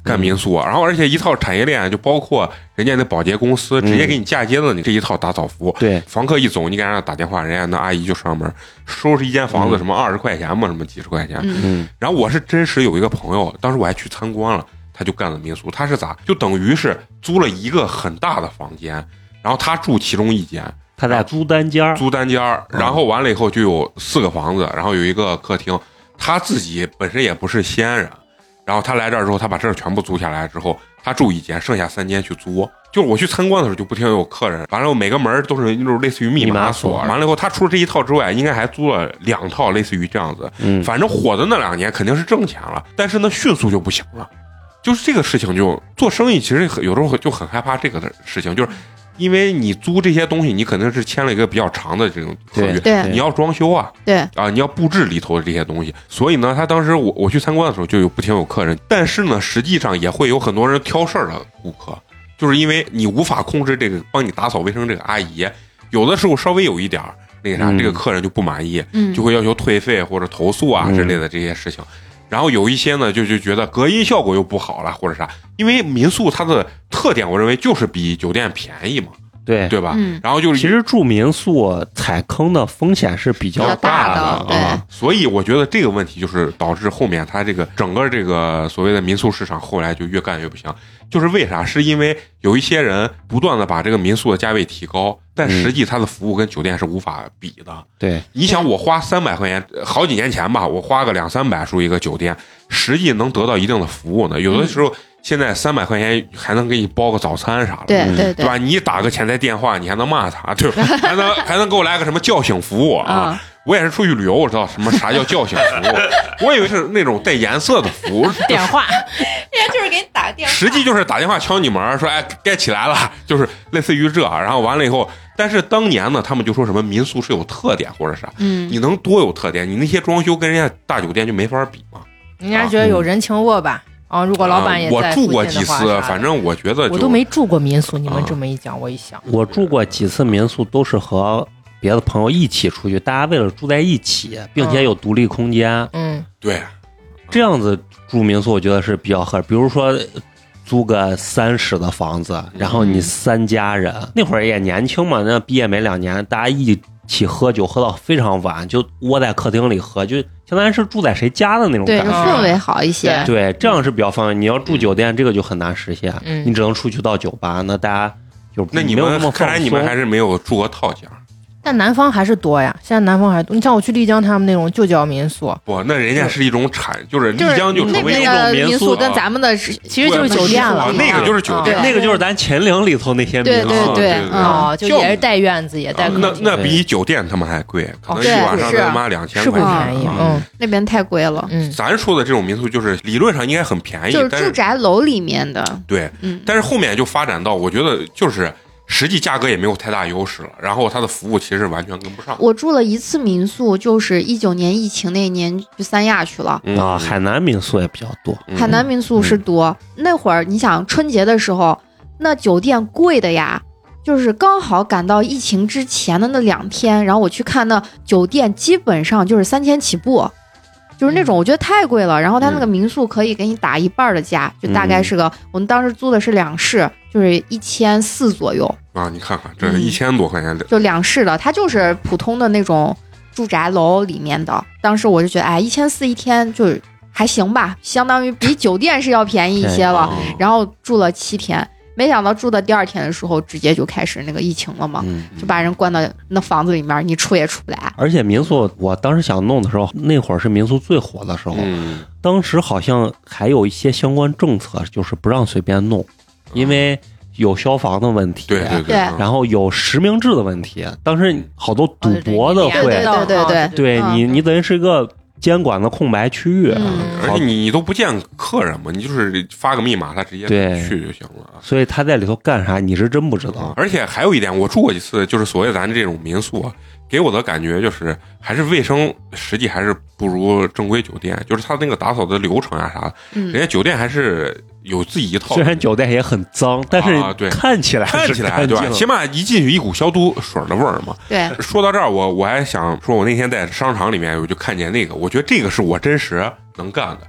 干民宿，然后而且一套产业链就包括人家那保洁公司直接给你嫁接的你这一套打扫服务。 对， 房客一走，你给人家打电话，人家那阿姨就上门收拾一间房子，什么20块钱嘛，什么几十块钱。然后我是真实有一个朋友，当时我还去参观了，他就干了民宿，他是咋就等于是租了一个很大的房间，然后他住其中一间。 他在租单间， 然后完了以后就有4个房子，然后有一个客厅。他自己本身也不是西安人，然后他来这儿之后，他把这儿全部租下来之后，他住一间，剩下3间去租。就是我去参观的时候，就不停有客人，完了每个门都是那种类似于密码锁。完了以后，他除了这一套之外，应该还租了2套类似于这样子。反正火的那2年肯定是挣钱了，但是呢，迅速就不行了。就是这个事情，就做生意其实有时候就很害怕这个的事情，就是。因为你租这些东西，你肯定是签了一个比较长的这种合约， 对， 你要装修啊， 对啊，你要布置里头的这些东西，所以呢，他当时我去参观的时候就不停有客人，但是呢，实际上也会有很多人挑事儿的顾客，就是因为你无法控制这个帮你打扫卫生这个阿姨，有的时候稍微有一点那个啥，这个客人就不满意，就会要求退费或者投诉啊之类的这些事情。然后有一些呢，就觉得隔音效果又不好了，或者啥，因为民宿它的特点，我认为就是比酒店便宜嘛，对吧？然后就是其实住民宿踩坑的风险是比较大的， 对。 所以我觉得这个问题就是导致后面它这个整个这个所谓的民宿市场后来就越干越不行，就是为啥？是因为有一些人不断的把这个民宿的价位提高，但实际它的服务跟酒店是无法比的。 对， 你想我花300块钱，好几年前吧，我花个200-300住一个酒店，实际能得到一定的服务呢。有的时候现在300块钱还能给你包个早餐啥的，对吧？你打个潜在电话，你还能骂他，对吧？还能给我来个什么叫醒服务啊？我也是出去旅游，我知道啥叫叫醒服务，我以为是那种带颜色的服务， 电话， 人家就是给你打电话， 实际就是打电话敲你门，说哎该起来了，就是类似于这。然后完了以后，但是当年呢，他们就说什么民宿是有特点或者啥，你能多有特点？你那些装修跟人家大酒店就没法比嘛。 人家觉得有人情味吧。如果老板也在我住过几次，反正我觉得我都没住过民宿。你们这么一讲，我一想， 我住过几次民宿，都是和别的朋友一起出去，大家为了住在一起，并且有独立空间。 对， 这样子住民宿我觉得是比较合适。比如说租个3室的房子，然后你3家人，那会儿也年轻嘛，那毕业没2年，大家一起喝酒喝到非常晚，就窝在客厅里喝，就相当于是住在谁家的那种感觉， 对，氛围好一些。 对，这样是比较方便。你要住酒店，这个就很难实现，你只能出去到酒吧，那大家就那你们看来你们还是没有住过套间。 但南方还是多呀，现在南方还多。你像我去丽江他们那种就叫民宿， 不，那人家是一种就是丽江就成为一种民宿，跟咱们的其实就是酒店了。 那个就是酒店， 那个就是咱秦岭里头那些民宿， 对， 就也是带院子，也带客厅。 那比酒店他们还贵，可能一晚上他妈2000块钱， 是不便宜。 那边太贵了。 咱说的这种民宿就是理论上应该很便宜， 就是住宅楼里面的。 对，但是后面就发展到，我觉得就是实际价格也没有太大优势了，然后它的服务其实完全跟不上。 我住了一次民宿，就是19年疫情那年去三亚去了。 海南民宿也比较多， 海南民宿是多。那会儿你想春节的时候，那酒店贵的呀，就是刚好赶到疫情之前的那2天，然后我去看那酒店，基本上就是3000起步。就是那种我觉得太贵了，然后他那个民宿可以给你打1半的价，就大概是个我们当时租的是2室，就是1400左右啊。你看看这1000多块钱的， 就2室的，它就是普通的那种住宅楼里面的。当时我就觉得，哎，1400一天就还行吧，相当于比酒店是要便宜一些了。然后住了7天。没想到住的第2天的时候，直接就开始那个疫情了嘛，就把人关到那房子里面，你出也出不来。 而且民宿，我当时想弄的时候，那会儿是民宿最火的时候，当时好像还有一些相关政策，就是不让随便弄，因为有消防的问题， 对， 然后有实名制的问题。当时好多赌博的会，对你等于是一个监管的空白区域， 而且你都不见客人嘛，你就是发个密码，他直接去就行了。 所以他在里头干啥，你是真不知道。 而且还有一点，我住过几次，就是所谓咱这种民宿，给我的感觉就是还是卫生，实际还是不如正规酒店。就是他那个打扫的流程啊啥的，人家酒店还是有自己一套。 虽然酒店也很脏，但是看起来对吧？起码一进去一股消毒水的味儿嘛。 对。 说到这儿，我还想说，我那天在商场里面我就看见那个，我觉得这个是我真实能干的，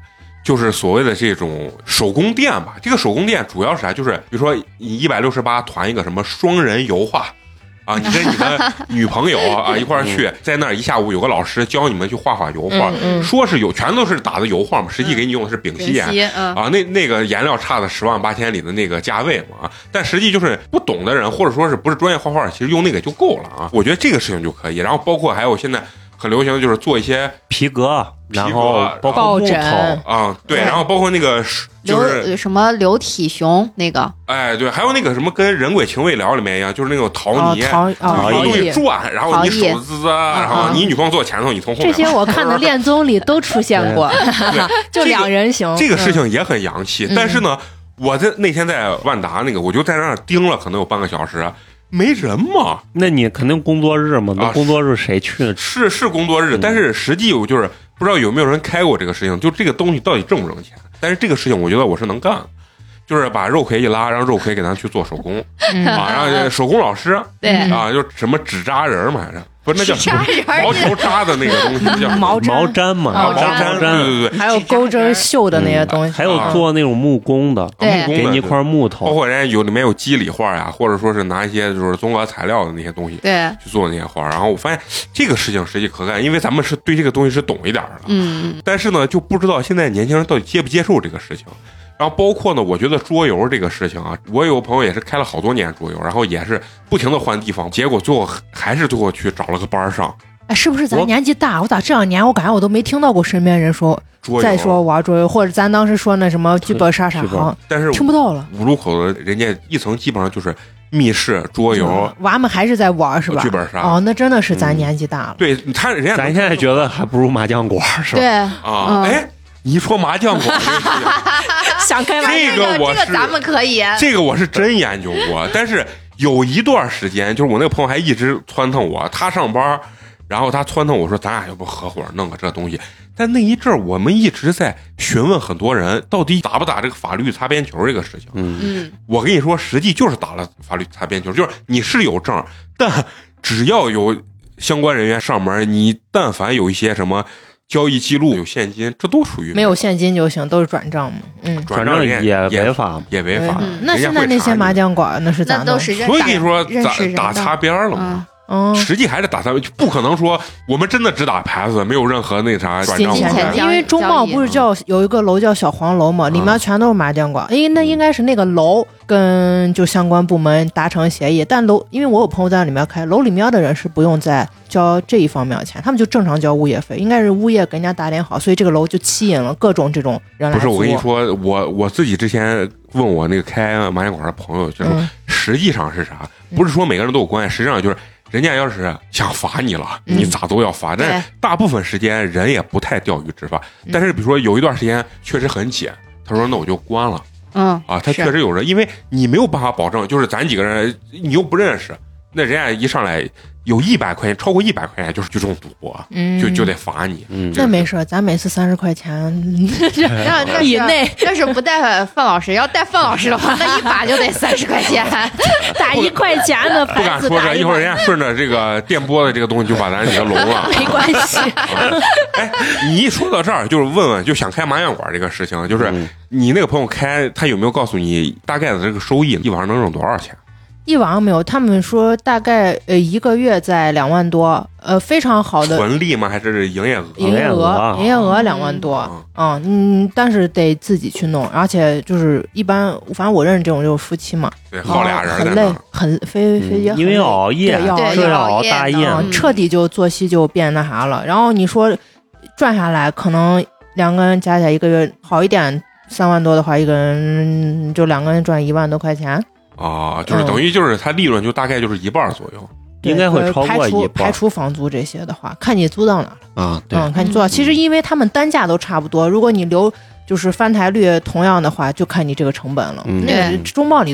就是所谓的这种手工店吧。这个手工店主要是啥？就是比如说你168团一个什么双人油画。啊，你跟你的女朋友啊一块儿去，在那儿一下午有个老师教你们去画油画，说是全都是打的油画嘛，实际给你用的是丙烯颜啊，那个颜料差的10万8千里的那个价位嘛啊，但实际就是不懂的人或者说是不是专业画画，其实用那个就够了啊，我觉得这个事情就可以。然后包括还有现在很流行的就是做一些皮革，然后包括木头啊，对，然后包括那个就是什么流体熊那个， 哎，对，还有那个什么跟人鬼情未了里面一样，就是那种陶泥，东西转，然后你手滋，然后你女朋友坐前头，你从后面。 这些我看的恋综里都出现过，就2人行。 这个事情也很洋气，但是呢，我那天在万达那个，我就在那儿盯了可能有半个小时。没人嘛？ 那你肯定工作日嘛？那工作日谁去？ 是工作日，但是实际我就是不知道有没有人开过这个事情，就这个东西到底挣不挣钱？但是这个事情我觉得我是能干的，就是把肉葵一拉，让肉葵给咱去做手工啊，让手工老师对啊，就什么纸扎人嘛，不是那叫毛球扎的那个东西，叫毛毡嘛，毛毡， 对， 还有钩针绣的那些东西， 还有做那种木工的，给你一块木头， 包括人家里面有肌理画呀，或者说是拿一些就是综合材料的那些东西， 对， 去做那些画。然后我发现这个事情实际可干，因为咱们是对这个东西是懂一点的，但是呢就不知道现在年轻人到底接不接受这个事情。然后包括呢，我觉得桌游这个事情啊，我有个朋友也是开了好多年桌游，然后也是不停的换地方，结果最后还是最后去找了个班上。 哎，是不是咱年纪大？我咋这2年我感觉我都没听到过身边人说再说玩桌游，或者咱当时说那什么剧本杀行， 但是听不到了。 五路口的人家一层基本上就是密室桌游， 娃们还是在玩是吧？ 剧本杀哦，那真的是咱年纪大了。 对他人家咱现在觉得还不如麻将馆是吧？ 对啊，哎。你一说麻将馆， 想开麻将， 这个咱们可以， 这个我是真研究过。但是有一段时间，就是我那个朋友还一直撺掇我，他上班，然后他撺掇我说，咱俩要不合伙弄个这东西。但那一阵儿，我们一直在询问很多人，到底打不打这个法律擦边球这个事情。我跟你说，实际就是打了法律擦边球，就是你是有证，但只要有相关人员上门，你但凡有一些什么交易记录有现金，这都属于没有现金就行，都是转账嘛。 转账也违法， 也违法。 那现在那些麻将馆那是咋弄？ 所以跟你说打擦边了嘛。实际还是打擦边，不可能说我们真的只打牌子，没有任何那啥转账。 因为中贸不是有一个楼叫小黄楼嘛，里面全都是麻将馆。那应该是那个楼跟就相关部门达成协议，但楼因为我有朋友在里面开，楼里面的人是不用再交这一方面的钱，他们就正常交物业费，应该是物业给人家打点好，所以这个楼就吸引了各种这种人来。 不是我跟你说，我自己之前问我那个开麻将馆的朋友，就是实际上是啥？不是说每个人都有关系，实际上就是。人家要是想罚你了，你咋都要罚，但是大部分时间人也不太钓鱼执法。但是比如说有一段时间确实很紧，他说那我就关了。他确实有人，因为你没有办法保证，就是咱几个人你又不认识，那人家一上来有100块钱，超过100块钱就是这种赌博，就得罚你。 那没事，咱每次30块钱以内。 要是不带范老师，要带范老师的话，那一把就得30块钱， 打1块钱的牌子。 不敢说这，一会儿人家顺着这个电波的这个东西就把咱给它聋了。 没关系。 哎，你一说到这儿，就是问问，就想开麻将馆这个事情，就是你那个朋友开，他有没有告诉你大概的这个收益，一晚上能挣多少钱？ 一晚上没有，他们说大概1个月在2万多，非常好的纯利吗？还是营业额？ 营业额2万多，但是得自己去弄，而且就是一般，反正我认识这种就是夫妻嘛， 对，好俩人很累，很非因为熬夜，要熬大夜， 彻底就作息就变那啥了。然后你说赚下来，可能2个人加起来1个月好一点3万多的话，一个人就2个人赚1万多块钱。 就是等于就是它利润就大概就是1半左右， 应该会超过1半。 排除房租这些的话，看你租到哪了啊？对， 看你租到。其实因为他们单价都差不多，如果你就是翻台率同样的话，就看你这个成本了。那个中贸里都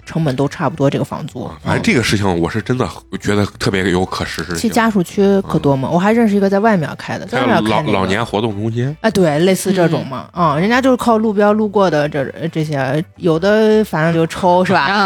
成本都差不多这个房租。 反正这个事情我是真的觉得特别有可实施性。 去家属区可多嘛，我还认识一个在外面开的，在外面开老年活动中心。 哎，对，类似这种嘛，人家就是靠路边路过的这些，有的反正就抽是吧？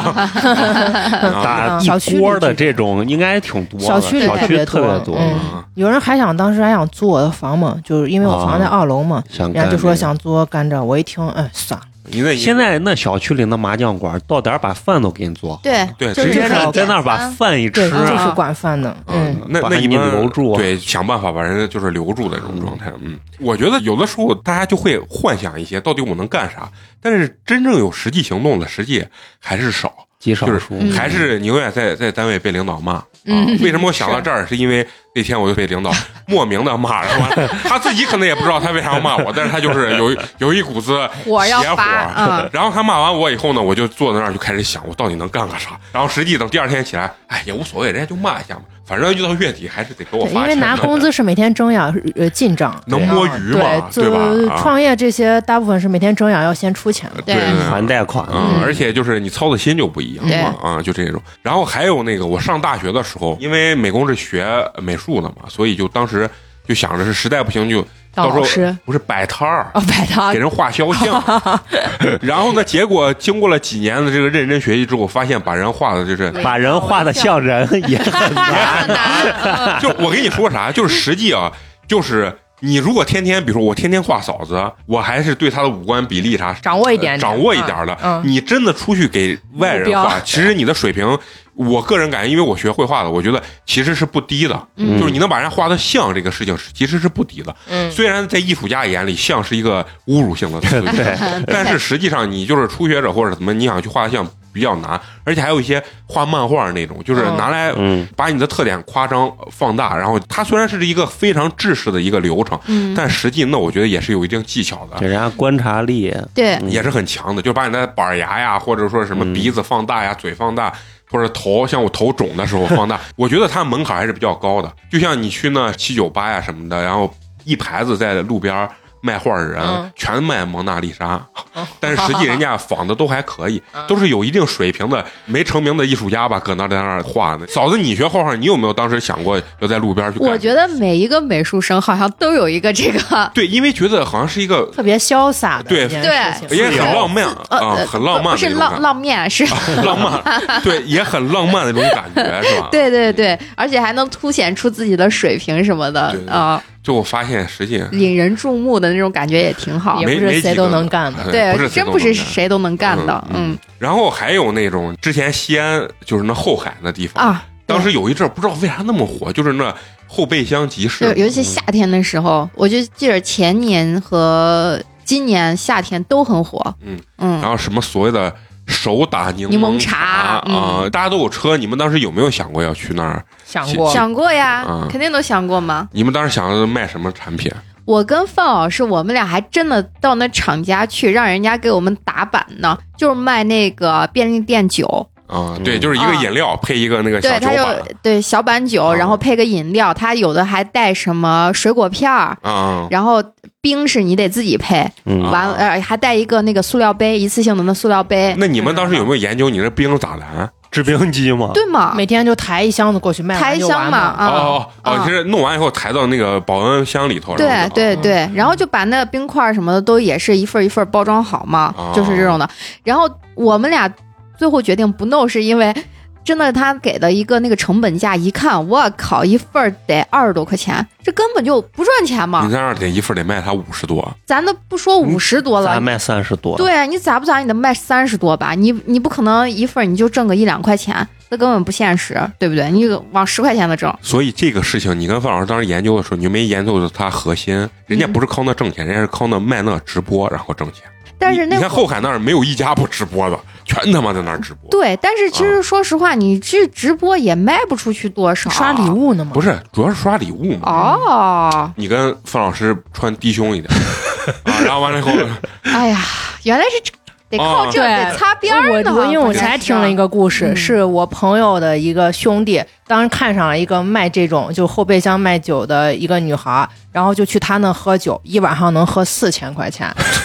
打一锅的这种应该挺多的， 小区里特别多。 有人当时还想租我的房嘛，就是因为我房在2楼嘛，人家就说想租干这，我一听，算了。 现在那小区里那麻将馆到点把饭都给你做， 对， 直接在那把饭一吃， 就是管饭的。 那你们留住， 对，想办法把人就是留住的这种状态。我觉得有的时候大家就会幻想一些到底我能干啥，但是真正有实际行动的实际还是少。就是还是你永远在单位被领导骂。为什么我想到这儿？是因为那天我就被领导莫名的骂，然后他自己可能也不知道他为啥要骂我，但是他就是有一股子邪火。然后他骂完我以后呢，我就坐在那儿就开始想，我到底能干个啥？然后实际等第二天起来，也无所谓，人家就骂一下嘛，反正遇到月底还是得给我发钱。 因为拿工资是每天睁眼进账， 能摸鱼嘛，对吧？ 创业这些大部分是每天睁眼要先出钱的， 对， 还贷款。 而且就是你操的心就不一样嘛，就这种。然后还有那个我上大学的时候，因为美工是学美术的嘛，所以就当时就想着是实在不行就到时候不是摆摊儿， 摆摊儿给人画肖像。然后呢，结果经过了几年的这个认真学习之后，发现把人画的把人画的像人也很难。 就我跟你说啥，就是实际就是你如果天天，比如说我天天画嫂子，我还是对她的五官比例啥掌握一点的。你真的出去给外人画，其实你的水平，我个人感觉，因为我学绘画的，我觉得其实是不低的。就是你能把人画的像这个事情，其实是不低的。虽然在艺术家眼里，像是一个侮辱性的词语，但是实际上你就是初学者或者怎么，你想去画像比较难，而且还有一些画漫画那种，就是拿来把你的特点夸张放大，然后它虽然是一个非常制式的一个流程，但实际那我觉得也是有一定技巧的， 人家观察力对也是很强的，就把你的板牙呀，或者说什么鼻子放大呀，嘴放大。或者头，像我头肿的时候放大，我觉得它门槛还是比较高的。就像你去那798呀什么的，然后一排子在路边卖画的人，全卖蒙娜丽莎，但是实际人家仿的都还可以，都是有一定水平的没成名的艺术家吧，搁那在那儿画的。嫂子，你学画画，你有没有当时想过要在路边去干？ 我觉得每一个美术生好像都有一个这个， 对，因为觉得好像是一个特别潇洒的对，也很浪漫很浪漫， 不是浪漫是浪漫，对，也很浪漫的那种感觉，是吧？ 对对对，而且还能凸显出自己的水平什么的啊。 就我发现，实际引人注目的那种感觉也挺好， 也不是谁都能干的， 对，真不是谁都能干的， 然后还有那种之前西安就是那后海那地方啊，当时有一阵不知道为啥那么火，就是那后备箱集市， 尤其夏天的时候，我就记得前年和今年夏天都很火， 然后什么所谓的手打柠檬茶大家都有车，你们当时有没有想过要去那儿？ 想过呀，肯定都想过嘛。 你们当时想卖什么产品？ 我跟范老师，我们俩还真的到那厂家去，让人家给我们打板呢，就是卖那个便利店酒。 对，就是一个饮料配一个那个小酒板， 对小板酒，然后配个饮料，它有的还带什么水果片儿，然后冰是你得自己配，完还带一个那个塑料杯，一次性的那塑料杯。 那你们当时有没有研究你这冰咋来？ 制冰机吗？ 对嘛， 每天就抬一箱子过去卖， 抬一箱嘛， 就是弄完以后抬到那个保温箱里头。 对对对，然后就把那冰块什么的都也是一份一份包装好嘛，就是这种的。然后我们俩最后决定不弄，是因为真的他给的一个那个成本价，一看我靠，一份得20多块钱，这根本就不赚钱嘛。 你在那儿得一份得卖他50多， 咱都不说50多了， 咱卖30多。 对，你咋不咋你得卖30多吧？你不可能一份你就挣个1-2块钱，那根本不现实，对不对？你往10块钱的挣。 所以这个事情，你跟范老师当时研究的时候，你就没研究它核心，人家不是靠那挣钱，人家是靠那卖那直播然后挣钱。 但是你看后海那儿没有一家不直播的，全他妈在那儿直播。 对，但是其实说实话，你这直播也卖不出去多少， 刷礼物呢吗？ 不是，主要是刷礼物嘛。 哦， 你跟范老师穿低胸一点然后完了以后， 哎呀，原来是得靠这得擦边呢。 因为我才听了一个故事，是我朋友的一个兄弟，当时看上了一个卖这种就后备箱卖酒的一个女孩，然后就去他那喝酒，一晚上能喝4000块钱。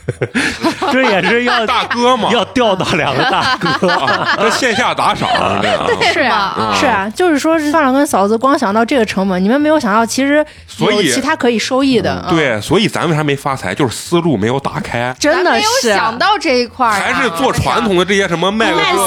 这也是要大哥嘛， 要调到2个大哥， 这线下打赏这样。 是啊，是啊，就是说是饭长跟嫂子光想到这个成本，你们没有想到其实有其他可以收益的。 对，所以咱为啥没发财，就是思路没有打开， 真的是没有想到这一块儿， 还是做传统的这些什么卖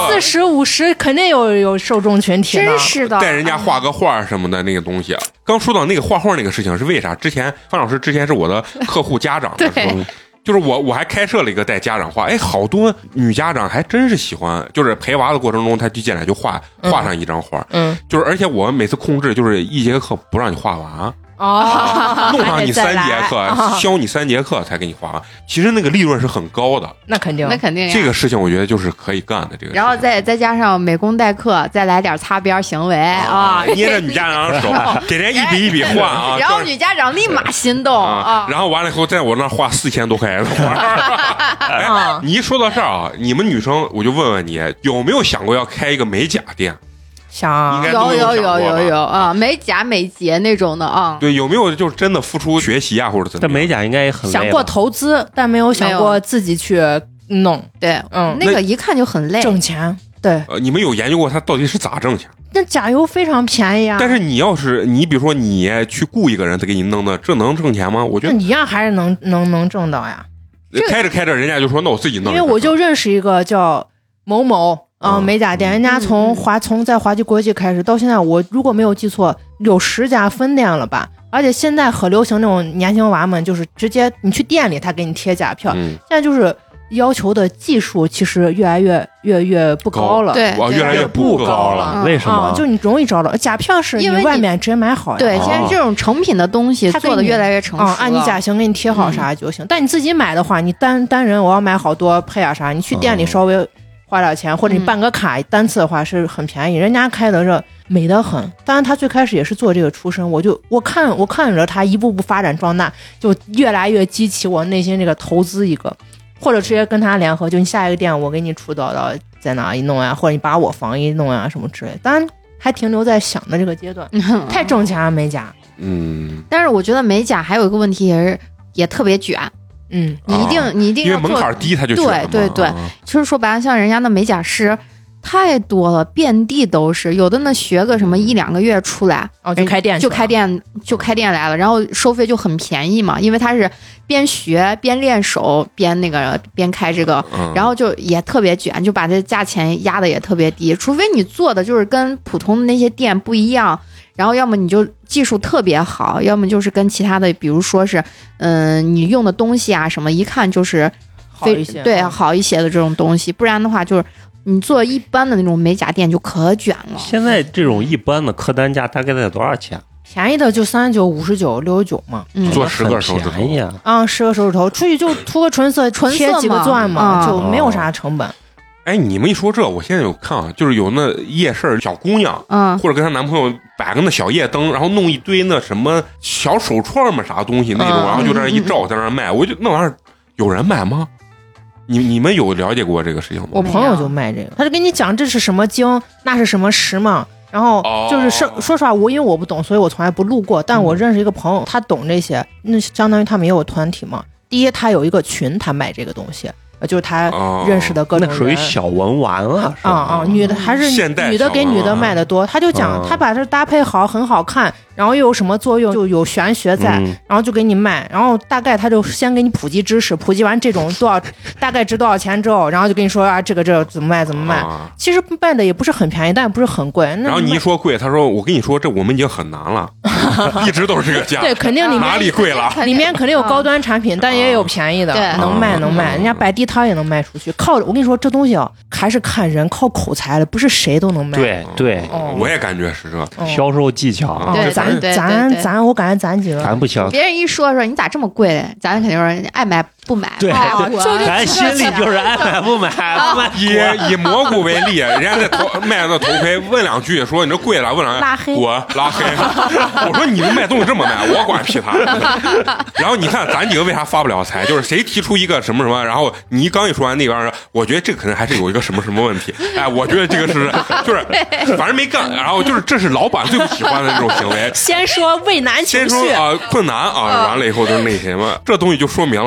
40、50，肯定有受众群体真是的， 带人家画个画什么的那个东西。刚说到那个画画那个事情是为啥？之前范老师之前是我的客户家长的时候。就是我还开设了一个带家长画，哎，好多女家长还真是喜欢，就是陪娃的过程中，她就进来就画上一张画，就是而且我每次控制就是1节课不让你画完。弄上你3节课，教你3节课才给你画完。其实那个利润是很高的， 那肯定， 这个事情我觉得就是可以干的。这个， 然后再加上美工代课，再来点擦边行为啊， 捏着女家长的手，给人一笔一笔换啊， 然后女家长立马心动啊， 然后完了以后在我那花4000多块钱的画。哎，你一说到这儿啊，你们女生我就问问你，有没有想过要开一个美甲店？ 想有啊，美甲美睫那种的啊。 对，有没有就是真的付出学习啊，或者怎么样？ 这美甲应该也很累。 想过投资，但没有想过自己去弄。 对，那个一看就很累， 挣钱。对， 你们有研究过它到底是咋挣钱？ 那甲油非常便宜啊。 但是你要是比如说你去雇一个人，他给你弄的，这能挣钱吗？我觉得你一样还是能挣到呀。 开着人家就说那我自己弄。 因为我就认识一个叫某某。美甲店，人家从在华际国际开始到现在，我如果没有记错，有10家分店了吧？而且现在很流行那种年轻娃们，就是直接你去店里，他给你贴甲票。现在就是要求的技术其实越来越不高了， 对， 越来越不高了。为什么？ 就你容易找到甲票是你外面直接买好呀。 对，现在这种成品的东西做的越来越成熟， 按你甲型给你贴好啥就行。但你自己买的话，你单人我要买好多配啊啥，你去店里稍微花点钱，或者你办个卡，单次的话是很便宜。人家开的是美得很，当然他最开始也是做这个出身，我看着他一步步发展壮大，就越来越激起我内心这个投资一个，或者直接跟他联合，就你下一个店我给你出到在哪一弄啊，或者你把我房一弄啊什么之类的。当然还停留在想的这个阶段，太挣钱了美甲。 但是我觉得美甲还有一个问题也特别卷。你一定因为门槛低，他就对，其实说白了，像人家的美甲师太多了，遍地都是。有的呢学个什么1-2个月出来， 就开店来了，然后收费就很便宜嘛，因为他是边学边练手边开这个，然后就也特别卷，就把这价钱压的也特别低。除非你做的就是跟普通的那些店不一样。然后要么你就技术特别好，要么就是跟其他的，比如说是，你用的东西啊什么，一看就是好一些， 对，好一些的这种东西。不然的话，就是你做一般的那种美甲店就可卷了。 现在这种一般的客单价大概在多少钱？ 便宜的就39、59、69嘛， 做10个手指头呀 ，10个手指头出去就涂个纯色贴几个钻嘛，就没有啥成本。 哎，你们一说这，我现在有看啊，就是有那夜市小姑娘，或者跟她男朋友摆个那小夜灯，然后弄一堆那什么小手串嘛啥东西那种，然后就在那一照，在那卖。我就那玩意儿有人买吗？你们有了解过这个事情吗？ 我朋友就卖这个，他就跟你讲这是什么经，那是什么石嘛。然后就是说实话，因为我不懂，所以我从来不路过。但我认识一个朋友，他懂这些，那相当于他们也有团体嘛。第一，他有一个群，他卖这个东西。就是他认识的各种人， 那属于小文玩了， 女的还是女的给女的卖的多。他就讲，他把这搭配好，很好看，然后又有什么作用，就有玄学在，然后就给你卖。然后大概他就先给你普及知识，普及完这种大概值多少钱之后，然后就跟你说啊，这个怎么卖。其实卖的也不是很便宜，但也不是很贵。 然后你一说贵，他说我跟你说，这我们已经很难了，一直都是这个价。 对，肯定里面哪里贵了？ 里面肯定有高端产品，但也有便宜的，能卖。人家摆地摊也能卖出去。我跟你说，这东西还是看人，靠口才的，不是谁都能卖。 对， 我也感觉是这销售技巧。 对， 咱我感觉咱几个咱不行。 别人一说你咋这么贵嘞，咱肯定说爱买不买。 对，咱心里就是爱买不买。 以蘑菇为例，人家在卖那头盔，问2句说你这贵了，问2句拉黑， 我拉黑。我说你们卖东西这么卖，我管屁他。然后你看咱几个为啥发不了财，就是谁提出一个什么什么，然后你刚一说完那边说，我觉得这个可能还是有一个什么什么问题。哎，我觉得这个就是反正没干，然后就是这是老板最不喜欢的这种行为。 先说畏难情绪， 先说困难啊，完了以后就是那什么，这东西就说明了啥？就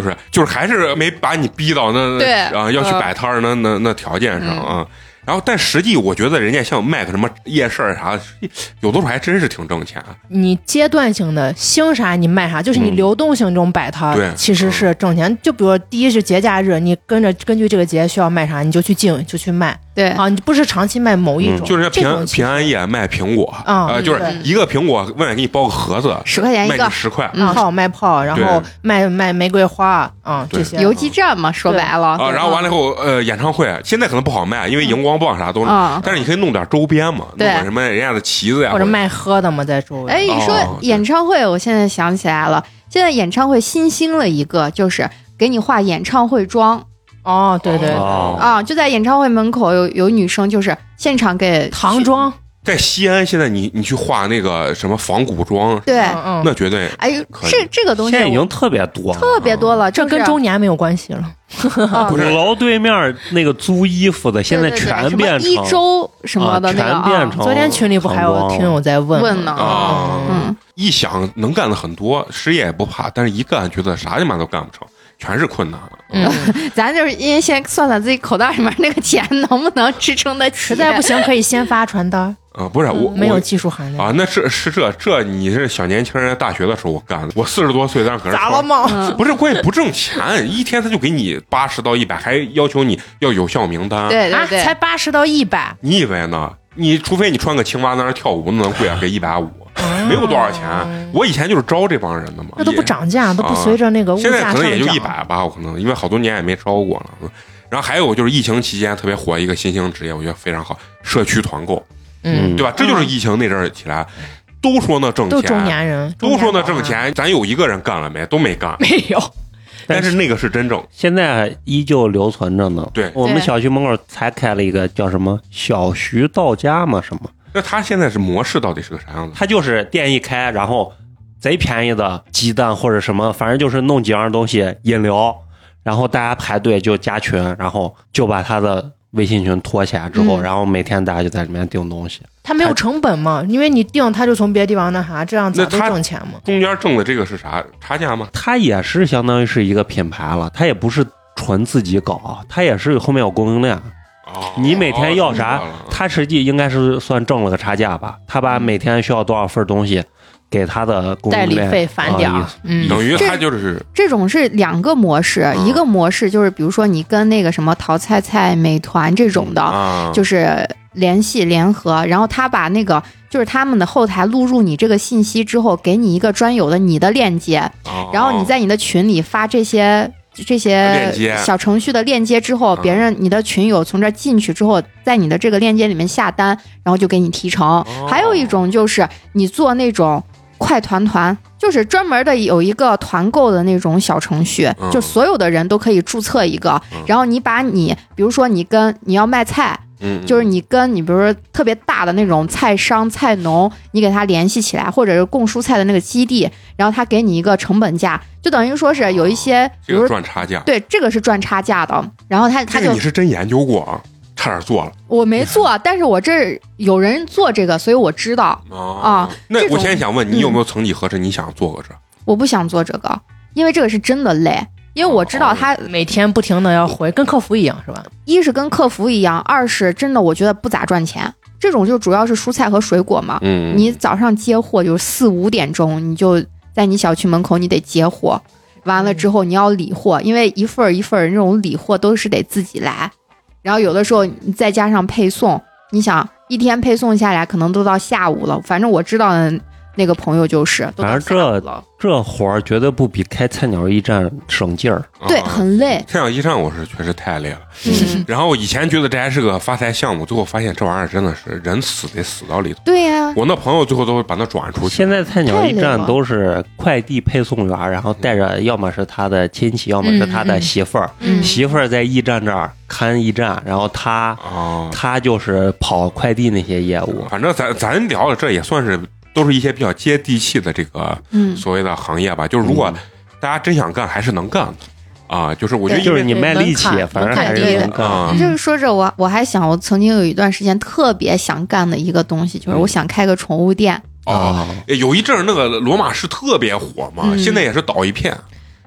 就是还是没把你逼到那要去摆摊那条件上啊。然后，但实际我觉得人家像卖个什么夜市啥的，有的时候还真是挺挣钱。 你阶段性的兴啥你卖啥，就是你流动性这种摆摊，其实是挣钱。就比如第一是节假日，你根据这个节需要卖啥，你就去进就去卖。 对啊，你不是长期卖某一种， 就是平安夜卖苹果就是一个苹果外面给你包个盒子 ，10块钱一个 ，10块。 炮卖炮，然后卖玫瑰花这些游击战嘛，说白了然后完了以后演唱会现在可能不好卖，因为荧光棒啥都是，但是你可以弄点周边嘛，弄点什么人家的旗子呀， 或者卖喝的嘛，在周围。 你说演唱会，我现在想起来了，现在演唱会新兴了一个，就是给你化演唱会妆。 对就在演唱会门口有女生就是现场给唐装。 在西安现在你去画那个什么仿古装， 对， 那绝对这个东西现在已经特别多了， 这跟周年没有关系了。 鼓楼对面那个租衣服的现在全变成 1周什么的那个全变成昨天群里不还有听友在问呢一想能干的很多，失业也不怕，但是一干觉得啥他妈都干不成，全是困难。 咱就是因为先算算自己口袋里面那个钱能不能支撑得起， 实在不行可以先发传单。 不是我没有技术含量那是这你是小年轻人，大学的时候我干的，我40多岁，但是搁这咋了吗？ 不是关键不挣钱，一天他就给你80到100，还要求你要有效名单。 对， 才80到100， 你以为呢？你除非你穿个青蛙在那跳舞，那能贵给150，没有多少钱。我以前就是招这帮人的嘛， 那都不涨价，都不随着那个物价现在可能也就上 100吧，我可能因为好多年也没招过了。然后还有就是疫情期间特别火一个新兴职业，我觉得非常好，社区团购。对吧？这就是疫情那阵儿起来，都说那挣钱， 都中年人， 都说那挣钱，咱有一个人干了没？都没干， 没有。 但是那个是真正， 现在依旧留存着呢。 对， 我们小区门口才开了一个叫什么小徐到家嘛什么。 那他现在是模式到底是个啥样子？ 他就是店一开，然后贼便宜的鸡蛋或者什么，反正就是弄几样东西，饮料，然后大家排队就加群，然后就把他的微信群拖起来之后，然后每天大家就在里面订东西。 他没有成本嘛，因为你订他就从别的地方那啥，这样早都挣钱嘛。 中间挣的这个是啥差价吗？ 他也是相当于是一个品牌了，他也不是纯自己搞，他也是后面有供应链。你每天要啥，他实际应该是算挣了个差价吧？他把每天需要多少份东西给他的供应链代理费返点等于他就是这种是2个模式，一个模式就是比如说你跟那个什么淘菜菜、美团这种的，就是联系联合，然后他把那个就是他们的后台录入你这个信息之后，给你一个专有的你的链接，然后你在你的群里发这些小程序的链接之后，别人你的群友从这进去之后，在你的这个链接里面下单，然后就给你提成。还有一种就是你做那种快团，就是专门的有一个团购的那种小程序，就所有的人都可以注册一个，然后你把你比如说你要卖菜，就是你比如说特别大的那种菜商菜农，你给他联系起来，或者是供蔬菜的那个基地，然后他给你一个成本价，就等于说是有一些比如赚差价。 对，这个是赚差价的。然后他就你是真研究过啊？差点做了， 我没做，但是我这有人做这个，所以我知道那我现在想问你，有没有曾几何时你想做个这？ 我不想做这个，因为这个是真的累。因为我知道他每天不停的要回，跟客服一样是吧？ 一是跟客服一样，二是真的我觉得不咋赚钱。这种就主要是蔬菜和水果嘛，你早上接货就是4、5点钟，你就在你小区门口你得接货，完了之后你要理货，因为一份一份那种理货都是得自己来，然后有的时候你再加上配送，你想一天配送下来可能都到下午了，反正我知道的那个朋友就是都到下午了。 这活儿绝对不比开菜鸟驿站省劲儿， 对，很累。 菜鸟驿站我是确实太累了，然后以前觉得这还是个发财项目，最后发现这玩意儿真的是人死得死到里头。 对呀， 我那朋友最后都会把它转出去。 现在菜鸟驿站都是快递配送员，然后带着要么是他的亲戚，要么是他的媳妇儿，媳妇儿在驿站这儿看驿站，然后他就是跑快递那些业务。 反正咱聊的这也算是。都是一些比较接地气的这个所谓的行业吧，就是如果大家真想干，还是能干的啊。就是我觉得就是你卖力气，反正还是能干。 就是说着我还想，我曾经有一段时间特别想干的一个东西，就是我想开个宠物店。 有一阵那个罗马市特别火嘛，现在也是倒一片。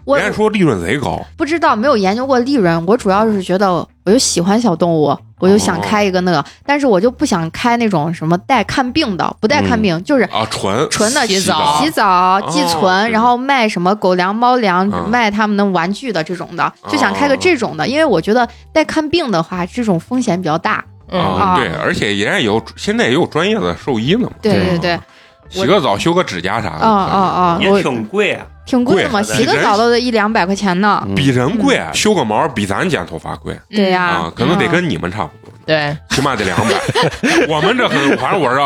我人家说利润贼高， 不知道，没有研究过利润。我主要是觉得，我就喜欢小动物，我就想开一个那个，但是我就不想开那种什么带看病的，不带看病，就是啊纯的洗澡寄存，然后卖什么狗粮、猫粮，卖他们的玩具的这种的，就想开个这种的，因为我觉得带看病的话，这种风险比较大。 对，而且人家现在也有专业的兽医呢嘛。 对， 洗个澡、修个指甲啥的， 也挺贵啊。 挺贵的嘛，洗个澡都得100-200块钱呢， 比人贵，修个毛比咱剪头发贵。 对呀， 可能得跟你们差不多。 对， 起码得200，我们这可能反正我是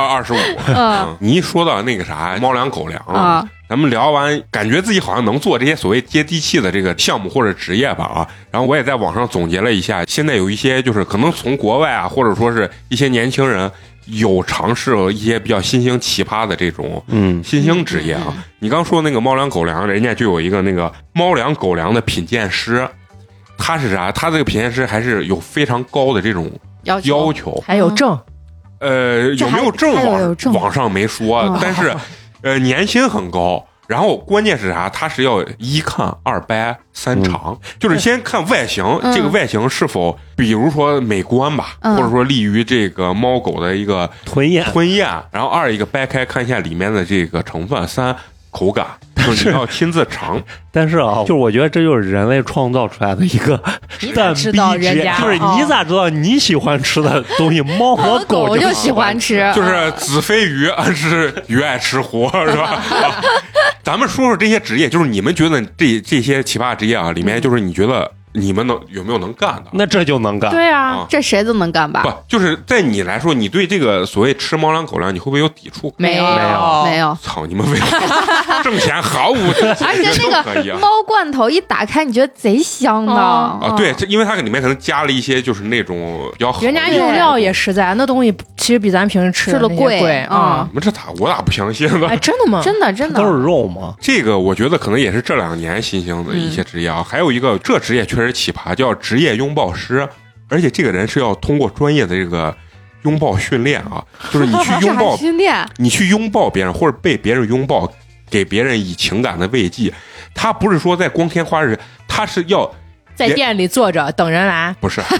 25。你一说到那个啥猫粮狗粮啊，咱们聊完，感觉自己好像能做这些所谓接地气的这个项目或者职业吧啊。然后我也在网上总结了一下，现在有一些就是可能从国外啊，或者说是一些年轻人。有尝试了一些比较新兴奇葩的这种新兴职业啊，你刚说那个猫粮狗粮，人家就有一个那个猫粮狗粮的品鉴师，他是啥？他这个品鉴师还是有非常高的这种要求， 还有证， 有没有证网上没说，但是年薪很高。然后关键是啥？他是要1看2掰3尝，就是先看外形，这个外形是否，比如说美观吧，或者说利于这个猫狗的一个吞咽。 然后2一个掰开看一下里面的这个成分，3口感，就是你要亲自尝。 但是啊，就是我觉得这就是人类创造出来的一个蛋逼职业，就是你咋知道你喜欢吃的东西，猫和狗就喜欢吃， 就是子非鱼，而是鱼爱吃活，是吧？咱们说说这些职业，就是你们觉得这些奇葩职业啊，里面就是你觉得你们有没有能干的？ 那这就能干， 对啊，这谁都能干吧？ 不，就是在你来说，你对这个所谓吃猫粮狗粮，你会不会有抵触？ 没有。 操，你们为啥挣钱毫无？ 而且那个猫罐头一打开，你觉得贼香的啊！对，因为它里面可能加了一些就是那种比较好， 人家用料也实在，那东西其实比咱平时吃的贵啊。 你们这我咋不相信呢？ 哎，真的吗？ 真的都是肉吗？ 这个我觉得可能也是这2年新兴的一些职业啊。还有一个这职业确实奇葩，叫职业拥抱师，而且这个人是要通过专业的这个拥抱训练啊，就是你去拥抱训练， 你去拥抱别人或者被别人拥抱，给别人以情感的慰藉。他不是说在光天化日，他是要在店里坐着等人来， 不是。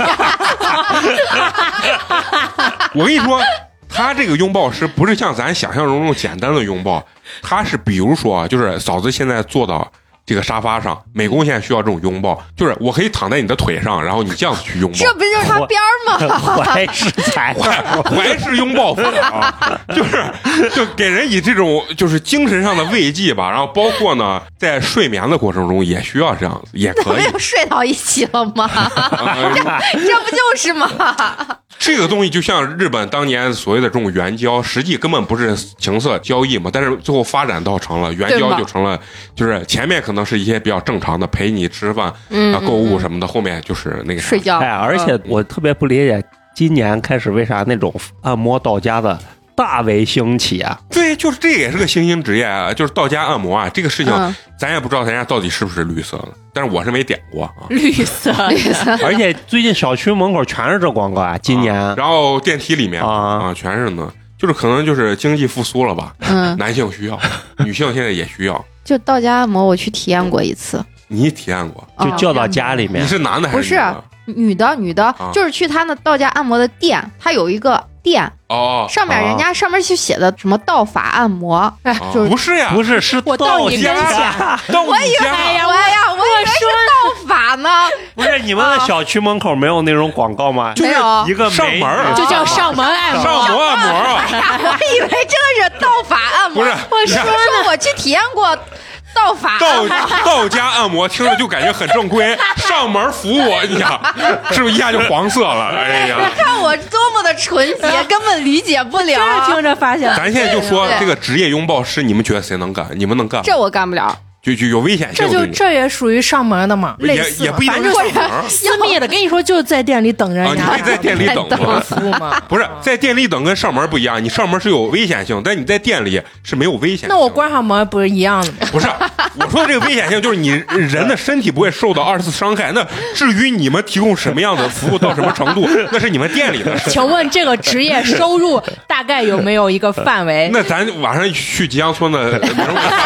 我跟你说，他这个拥抱师不是像咱想象中那种简单的拥抱，他是比如说就是嫂子现在坐到这个沙发上，美工现在需要这种拥抱，就是我可以躺在你的腿上，然后你这样子去拥抱， 这不就是他边儿吗？ 怀式踩， 怀式拥抱法啊，就给人以这种就是精神上的慰藉吧，然后包括呢，在睡眠的过程中也需要这样子，也可以。 睡到一起了吗？这不就是吗？ 这个东西就像日本当年所谓的这种援交，实际根本不是情色交易嘛，但是最后发展到成了援交，就成了就是前面可能是一些比较正常的陪你吃饭购物什么的，后面就是那个睡觉。 哎，而且我特别不理解，今年开始为啥那种按摩到家的大为兴起啊？ 对，就是这也是个新兴职业啊，就是到家按摩啊，这个事情咱也不知道人家到底是不是绿色的，但是我是没点过啊。 绿色， 而且最近小区门口全是这广告啊，今年， 然后电梯里面全是呢，就是可能就是经济复苏了吧，男性需要，女性现在也需要。 就到家按摩，我去体验过一次。 你体验过？ 就叫到家里面？ 你是男的还是女的？女的，就是去他那到家按摩的店，他有一个店上面人家上面就写的什么道法按摩，就是不是呀？ 不是，是我到你跟前， 我以为是道法呢。 不是你们的小区门口没有那种广告吗？ 没有， 一个上门就叫上门按摩， 上门按摩啊！ 我以为这个是道法按摩， 不是， 我说我去体验过。道法道家按摩听着就感觉很正规，上门服务，你想是不是一下就黄色了？哎呀， 看我多么的纯洁，根本理解不了。 听着发现， 咱现在就说这个职业拥抱师，你们觉得谁能干？你们能干？ 这我干不了。 就有危险性， 这也属于上门的嘛，类似也不一定是私密的。跟你说，就在店里等人家， 你可以在店里等服务吗？ 不是在店里等跟上门不一样，你上门是有危险性，但你在店里是没有危险性。 那我关上门不是一样的吗？ 不是，我说的这个危险性就是你人的身体不会受到2次伤害。那至于你们提供什么样的服务到什么程度，那是你们店里的事。 请问这个职业收入大概有没有一个范围？ 那咱晚上去吉阳村的，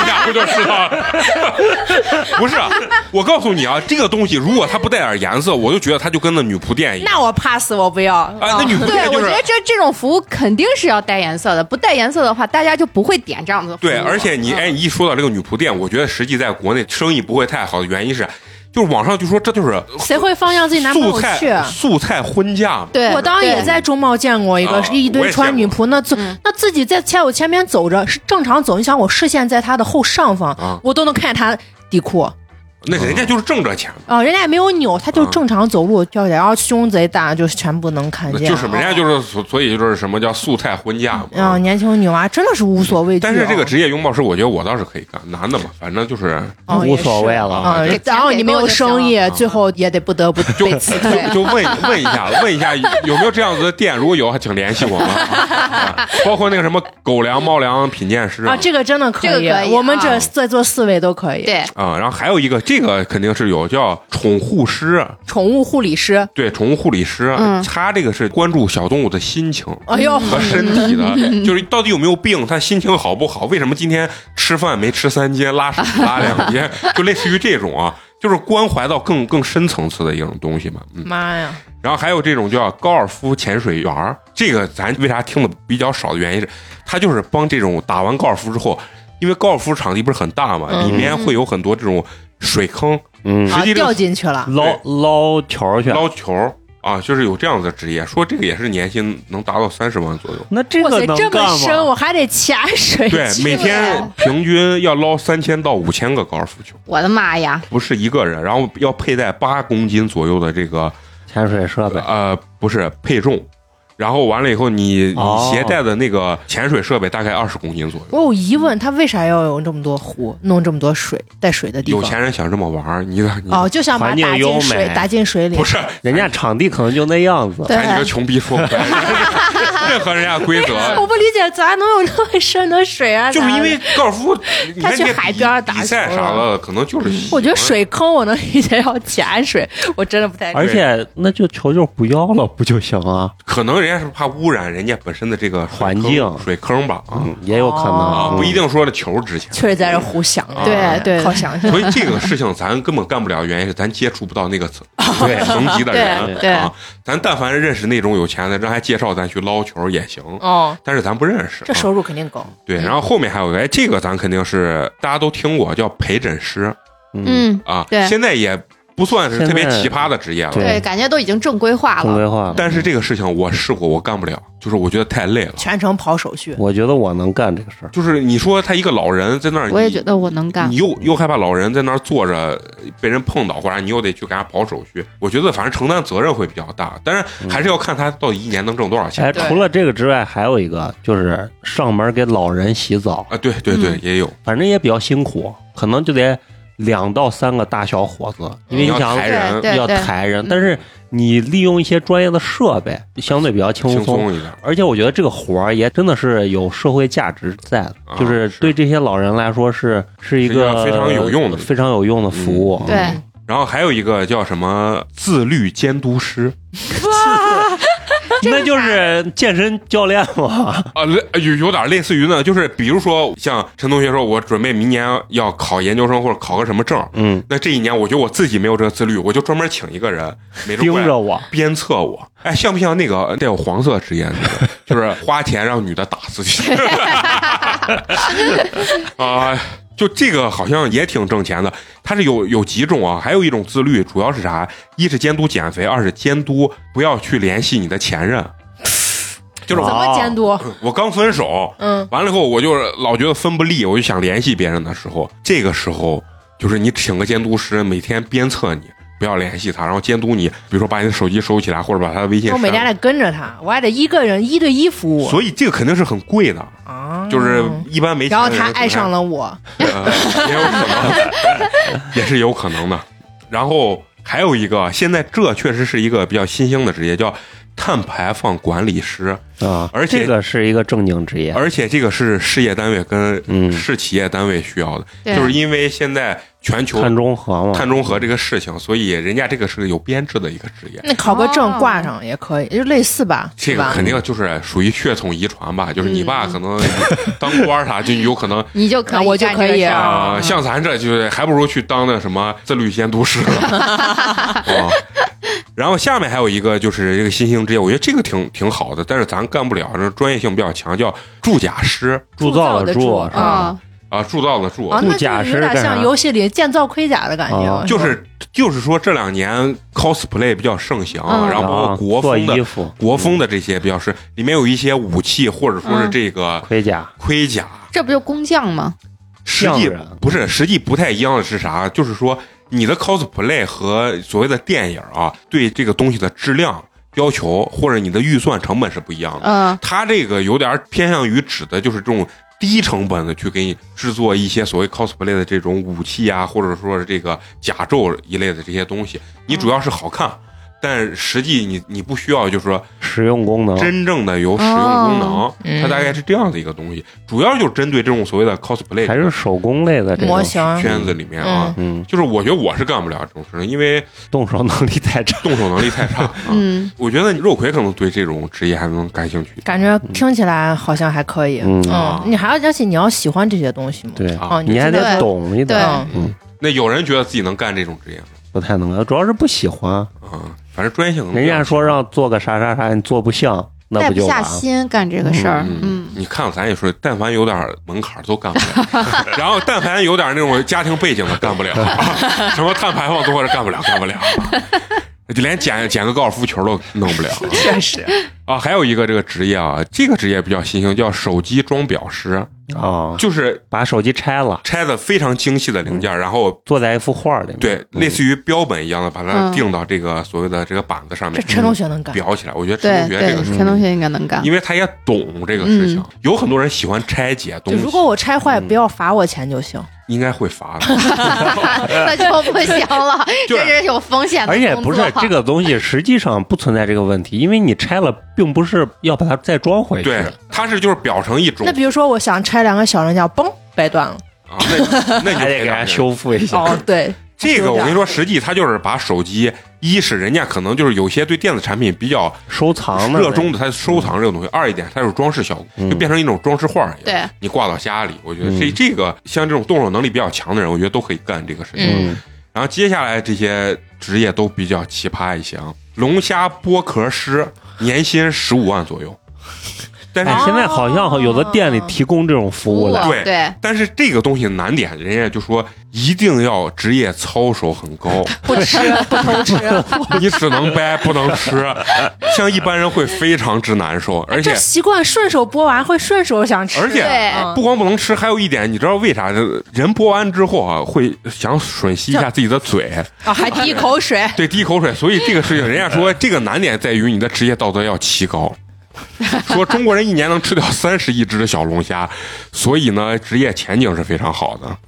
下不就知道了？不是，我告诉你啊，这个东西如果它不带点颜色，我就觉得它就跟那女仆店一样。 那我 pass， 我不要啊。 那女仆对， 店就是， 我觉得这种服务肯定是要带颜色的，不带颜色的话，大家就不会点这样子的服务。 对，而且你一说到这个女仆店，我觉得实际在国内生意不会太好的原因是。就是网上就说这就是谁会放让自己男朋友去素菜婚嫁嘛？ 对， 我当然也在中贸见过一堆穿女仆，那自己在前面走着是正常走，你想我视线在他的后上方，我都能看见他底裤。 那人家就是挣这钱啊，人家也没有扭，他就正常走路跳起来，然后胸贼大，就全部能看见。 就是人家就是所以就是什么叫素菜婚嫁嘛。 啊，年轻女娃真的是无所畏惧。 但是这个职业拥抱师，我觉得我倒是可以干，男的嘛，反正就是无所谓了。 然后你没有生意，最后也得不得不被辞退。 就问一下有没有这样子的店？如果有，还请联系我们。包括那个什么狗粮、猫粮品鉴师啊，这个真的可以，我们这在座4位都可以。 对啊，然后还有一个。这个肯定是有叫宠护师、 宠物护理师， 对，宠物护理师，他这个是关注小动物的心情和身体的，就是到底有没有病，他心情好不好，为什么今天吃饭没吃3斤，拉屎拉2斤，就类似于这种啊，就是关怀到更深层次的一种东西嘛。 妈呀！ 然后还有这种叫高尔夫潜水员，这个咱为啥听的比较少的原因是，他就是帮这种打完高尔夫之后，因为高尔夫场地不是很大嘛，里面会有很多这种水坑，实际掉进去了， 捞球去， 捞球啊，就是有这样子的职业，说这个也是年薪能达到30万左右。 那这个能这么深，我还得潜水。 对，每天平均要捞3000到5000个高尔夫球。 我的妈呀！ 不是一个人，然后要佩戴8公斤左右的这个潜水设备， 不是配重。然后完了以后，你携带的那个潜水设备大概20公斤左右。 我有疑问，他为啥要有这么多湖，弄这么多水带水的地方？ 有钱人想这么玩，你就想把打进水里。 不是， 人家场地可能就那样子。 咱你个穷逼说不出来任何人家规则。 我不理解，咋能有那么深的水啊？ 就是因为高尔夫， 他去海边打比赛啥的，可能就是。 我觉得水坑我能理解，要潜水，我真的不太理解。 而且那就球不要了不就行啊？ 可能人家是怕污染人家本身的这个环境水坑吧， 也有可能， 不一定说这球值钱。 确实在这胡想， 对， 好想想。 所以这个事情咱根本干不了，原因是咱接触不到那个层级的人啊。咱但凡认识那种有钱的，人还介绍咱去捞球也行但是咱不认识， 这收入肯定高。 对，然后后面还有个，这个咱肯定是大家都听过，叫陪诊师。 对， 现在也不算是特别奇葩的职业了， 对，感觉都已经正规化了。 但是这个事情我试过，我干不了，就是我觉得太累了， 全程跑手续。 我觉得我能干这个事儿。 就是你说他一个老人在那儿， 我也觉得我能干。 你又害怕老人在那儿坐着被人碰倒，或者你又得去给他跑手续。我觉得反正承担责任会比较大，但是还是要看他到底1年能挣多少钱。 除了这个之外，还有一个就是上门给老人洗澡啊，对，也有， 反正也比较辛苦，可能就得2到3个大小伙子，因为你想要抬人，但是你利用一些专业的设备，相对比较轻松一点。 而且我觉得这个活儿也真的是有社会价值在的，就是对这些老人来说是一个非常有用的服务。 对。 然后还有一个叫什么自律监督师， 那就是健身教练嘛。 有点类似于呢，就是比如说像陈同学说，我准备明年要考研究生或者考个什么证，那这一年我觉得我自己没有这个自律，我就专门请一个人，每周盯着我鞭策我。哎，像不像那个带有黄色职业那个，就是花钱让女的打自己就这个好像也挺挣钱的，它是有几种啊，还有一种自律，主要是啥？一是监督减肥，二是监督不要去联系你的前任。就是怎么监督？ 我刚分手，完了以后我就老觉得分不利，我就想联系别人的时候，这个时候就是你请个监督师，每天鞭策你不要联系他，然后监督你，比如说把你的手机收起来，或者把他的微信。 我每天得跟着他，我还得一个人1对1服务， 所以这个肯定是很贵的啊。就是一般没钱的人， 然后他爱上了我， 也有可能，也是有可能的。然后还有一个，现在这确实是一个比较新兴的职业，叫碳排放管理师啊， 而且这个是一个正经职业， 而且这个是事业单位跟市企业单位需要的，就是因为现在全球碳中和嘛， 碳中和这个事情，所以人家这个是个有编制的一个职业。 那考个证挂上也可以，就类似吧。 这个肯定就是属于血统遗传吧，就是你爸可能当官啥，就有可能你就可以， 我就可以啊。像咱这就是还不如去当那什么自律监督师啊。然后下面还有一个就是这个新兴职业，我觉得这个挺好的，但是咱干不了，专业性比较强，叫铸甲师， 铸造的铸啊。 铸造的铸， 铸甲师有点像游戏里建造盔甲的感觉。 就是说这2年 cosplay 比较盛行，然后包括国风的这些比较是里面有一些武器或者说是这个盔甲， 这不就工匠吗？ 实际不太一样的是啥？就是说你的 cosplay 和所谓的电影啊，对这个东西的质量要求或者你的预算成本是不一样的。它这个有点偏向于指的就是这种低成本的去给你制作一些所谓 cosplay 的这种武器啊，或者说是这个甲胄一类的这些东西，你主要是好看，但实际你不需要就是说使用功能， 真正的有使用功能，它大概是这样的一个东西，主要就是针对这种所谓的 cosplay 还是手工类的这种模型圈子里面啊，就是我觉得我是干不了这种事情，因为动手能力太差。 我觉得肉葵可能对这种职业还能感兴趣， 感觉听起来好像还可以。你还要而且你要喜欢这些东西嘛？ 对啊，你还得懂一点。 那有人觉得自己能干这种职业吗？ 不太能，主要是不喜欢反正专业性。 人家说让做个啥啥啥，你做不像，那不就带不下心干这个事儿。 你看咱也说，但凡有点门槛都干不了，然后但凡有点那种家庭背景的干不了，什么碳排放都或者干不了，就连捡个高尔夫球都弄不了。 确实啊，还有一个这个职业啊，这个职业比较新兴，叫手机装裱师。就是把手机拆的非常精细的零件，然后做在一幅画里面， 对，类似于标本一样的把它钉到这个所谓的这个板子上面。 这陈同学能干， 裱起来。我觉得陈同学这个陈同学应该能干， 因为他也懂这个事情。有很多人喜欢拆解东西， 如果我拆坏，不要罚我钱就行。 应该会罚的， 那就不行了，这是有风险的。 而且不是这个东西，实际上不存在这个问题，因为你拆了，并不是要把它再装回去。 对，它是就是裱成一种。 那比如说，我想拆2个小零件，嘣，掰断了啊，那还得给它修复一下。 对。 这个我跟你说，实际它就是把手机，一是人家可能就是有些对电子产品比较收藏的热衷的，它收藏这个东西；二一点，它有装饰效果，就变成一种装饰画一样。 对， 你挂到家里，我觉得这个像这种动手能力比较强的人，我觉得都可以干这个事情。然后接下来这些职业都比较奇葩一些啊，龙虾剥壳师，年薪15万左右。但是现在好像有的店里提供这种服务了， 对。但是这个东西难点，人家就说一定要职业操守很高， 不吃不偷吃， 你只能掰不能吃，像一般人会非常之难受，而且习惯顺手剥完会顺手想吃， 而且不光不能吃，还有一点，你知道为啥？人剥完之后啊，会想吮吸一下自己的嘴啊，还滴口水， 对，滴口水。所以这个事情，人家说这个难点在于你的职业道德要奇高。说中国人一年能吃掉30亿只的小龙虾，所以呢，职业前景是非常好的。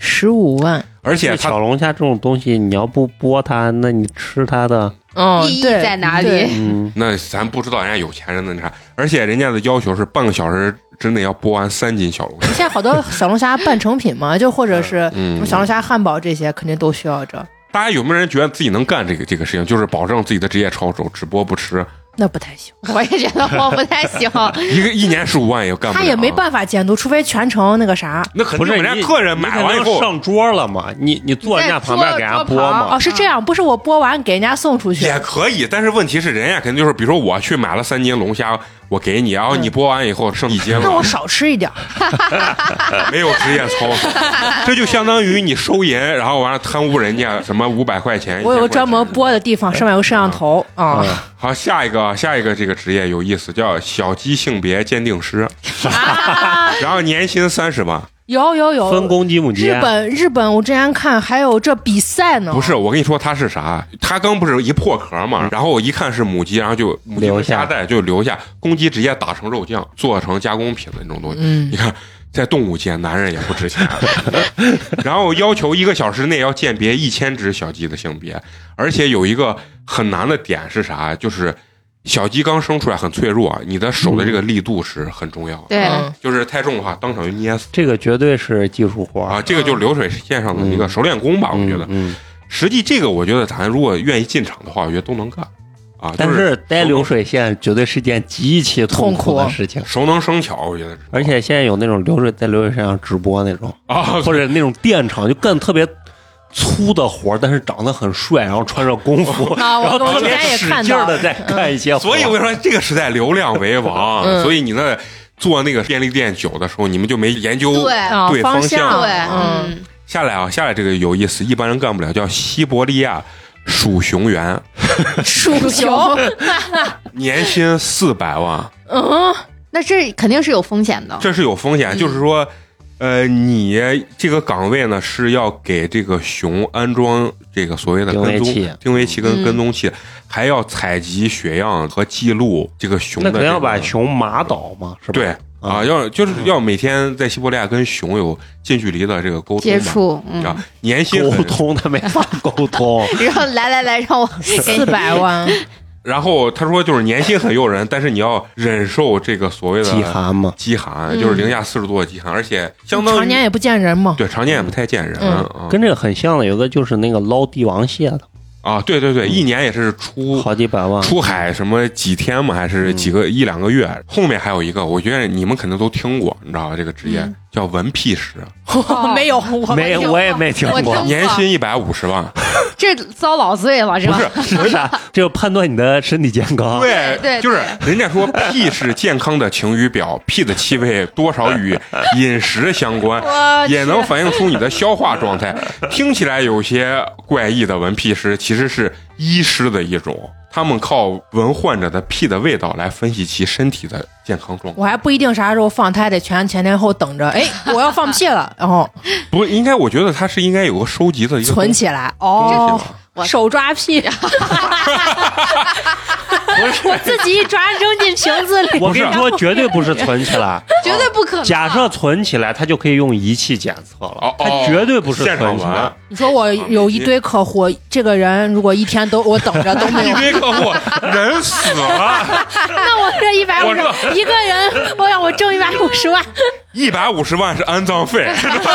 15万， 而且小龙虾这种东西，你要不剥它，那你吃它的意义在哪里？ 那咱不知道人家有钱人的啥，而且人家的要求是半个小时之内要剥完3斤小龙虾。 现在好多小龙虾半成品嘛，就或者是小龙虾汉堡这些，肯定都需要这。 大家有没有人觉得自己能干这个事情，就是保证自己的职业操守，只剥不吃？ 那不太行， 我也觉得我不太行。 一年15万也干不了， 他也没办法监督，除非全程那个啥。 那肯定人家客人买完以后上桌了嘛，你坐人家旁边给人家剥嘛。 哦，是这样，不是我剥完给人家送出去也可以，但是问题是人家肯定就是，比如说我去买了3斤龙虾，我给你，然后你剥完以后剩1斤了， 那我少吃一点， 没有职业操守，这就相当于你收银，然后完了贪污人家什么500块钱。 我有个专门剥的地方，上面有个摄像头啊。 好，下一个这个职业有意思，叫小鸡性别鉴定师，然后年薪30万。 有分公鸡母鸡。 日本我之前看还有这比赛呢。 不是，我跟你说它是啥？它刚不是一破壳嘛，然后我一看是母鸡，然后就母鸡的下代就留下，公鸡直接打成肉酱，做成加工品的那种东西。你看，在动物界，男人也不值钱。然后要求1个小时内要鉴别1000只小鸡的性别，而且有一个很难的点是啥？就是小鸡刚生出来很脆弱，你的手的这个力度是很重要的。 对， 就是太重的话，当场就捏死。 这个绝对是技术活啊，这个就是流水线上的一个熟练工吧，我觉得。实际这个我觉得咱如果愿意进场的话，我觉得都能干啊。 但是带流水线绝对是件极其痛苦的事情， 熟能生巧，我觉得。 而且现在有那种在流水线上直播那种啊， 或者那种电厂就干特别粗的活，但是长得很帅，然后穿着工服，然后特别使劲的在干一些活。 所以我跟你说，这个时代流量为王，所以你那做那个便利店酒的时候，你们就没研究对方向。 对， 下来这个有意思，一般人干不了，叫西伯利亚鼠熊园。 鼠熊年薪400万。 那这肯定是有风险的。 这是有风险，就是说。你这个岗位呢是要给这个熊安装这个所谓的定位器跟跟踪器，还要采集血样和记录这个熊的。 那肯定要把熊麻倒嘛，是吧？ 对啊，要每天在西伯利亚跟熊有近距离的这个沟通接触啊，年薪沟通他没法沟通。 然后来，让我 400万。 然后他说，就是年薪很诱人，但是你要忍受这个所谓的饥寒嘛， 饥寒就是零下40度的饥寒，而且相当于常年也不见人嘛。 对，常年也不太见人。 跟这个很像的，有个就是那个捞帝王蟹的啊，对，一年也是出好几百万， 出海什么几天嘛，还是一两个月。后面还有一个，我觉得你们肯定都听过，你知道吧？这个职业叫文屁师。 没有， 我也没听过。 年薪150万。 这遭老罪了，这不是啥？这就判断你的身体健康。 对，就是人家说屁是健康的晴雨表，屁的气味多少与饮食相关，也能反映出你的消化状态。听起来有些怪异的文屁师，其实是医师的一种，他们靠闻患者的屁的味道来分析其身体的健康状况。 我还不一定啥时候放，他还得前前后等着。哎，我要放屁了，然后不应该，我觉得他是应该有个收集的一个存起来哦。手抓屁，我自己一抓扔进瓶子里。 我跟你说，绝对不是存起来， 绝对不可能。 假设存起来，它就可以用仪器检测了，它绝对不是存起来。 你说我有一堆客户，这个人如果一天都我等着都没有， 一堆客户人死了， 那我这150一个人，我让我挣150万 ，150万是安葬费。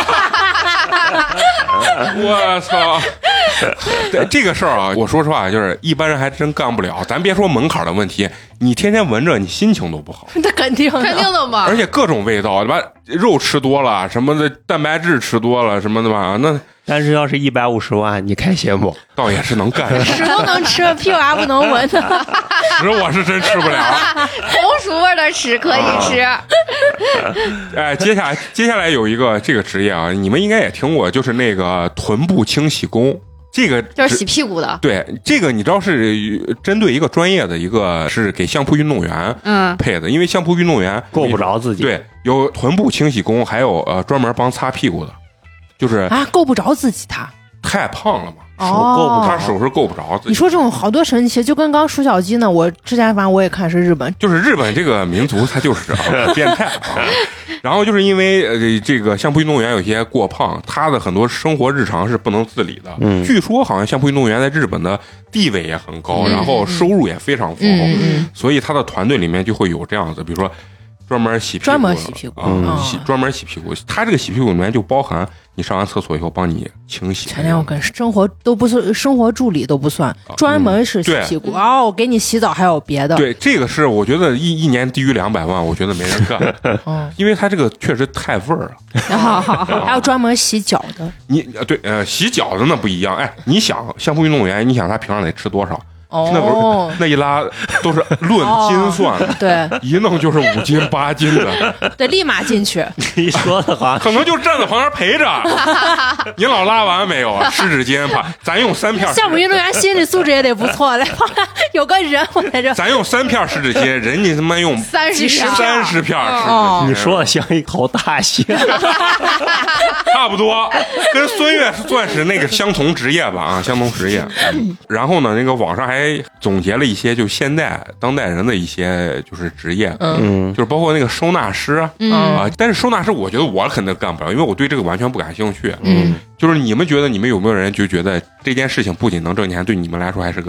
我操！对这个事儿啊，我说实话，就是一般人还真干不了。咱别说门槛的问题，你天天闻着，你心情都不好。 那肯定的嘛。 而且各种味道，对吧？肉吃多了，什么的蛋白质吃多了，什么的吧？那但是要是150万，你开心不？ 倒也是能干。 屎都能吃，屁娃不能闻的。 屎我是真吃不了。 红薯味的屎可以吃。 哎，接下来有一个这个职业啊，你们应该也听过，就是那个臀部清洗工。这个就是洗屁股的。 对，这个你知道是针对一个专业的一个是给相扑运动员配的，因为相扑运动员够不着自己。 对，有臀部清洗工，还有专门帮擦屁股的，就是啊够不着自己他太胖了嘛。 手够不着， 他手是够不着自己。 你说这种好多神奇，就跟刚鼠小鸡呢。我之前反正我也看是日本， 就是日本这个民族，他就是变态啊。然后就是因为这个相扑运动员有些过胖，他的很多生活日常是不能自理的。据说好像相扑运动员在日本的地位也很高，然后收入也非常丰厚，所以他的团队里面就会有这样子，比如说专门洗屁股，专门洗屁股。他这个洗屁股里面就包含你上完厕所以后帮你清洗。 前天我跟生活都不是生活助理都不算，专门是洗屁股。我给你洗澡还有别的。 对，这个是我觉得一年低于200万，我觉得没人干。因为他这个确实太味儿了。 还有专门洗脚的。 你对洗脚的那不一样。哎，你想相扑运动员，你想他平常得吃多少？那不是那一拉都是论斤算的， 对， 一弄就是5斤8斤的， 得立马进去。 你说的话， 可能就站在旁边陪着。您老拉完没有啊？湿纸巾怕咱用3片。 项目运动员心理素质也得不错，来旁边有个人我在这。 咱用3片湿纸巾，人家他妈用 30片湿纸巾。 你说的像一口大象。 差不多，跟孙悦算是那个相同职业吧啊，相同职业。然后呢，那个网上还总结了一些就现代当代人的一些就是职业，就是包括那个收纳师啊，但是收纳师我觉得我肯定干不了，因为我对这个完全不感兴趣。就是你们觉得你们有没有人就觉得这件事情不仅能挣钱，对你们来说还是个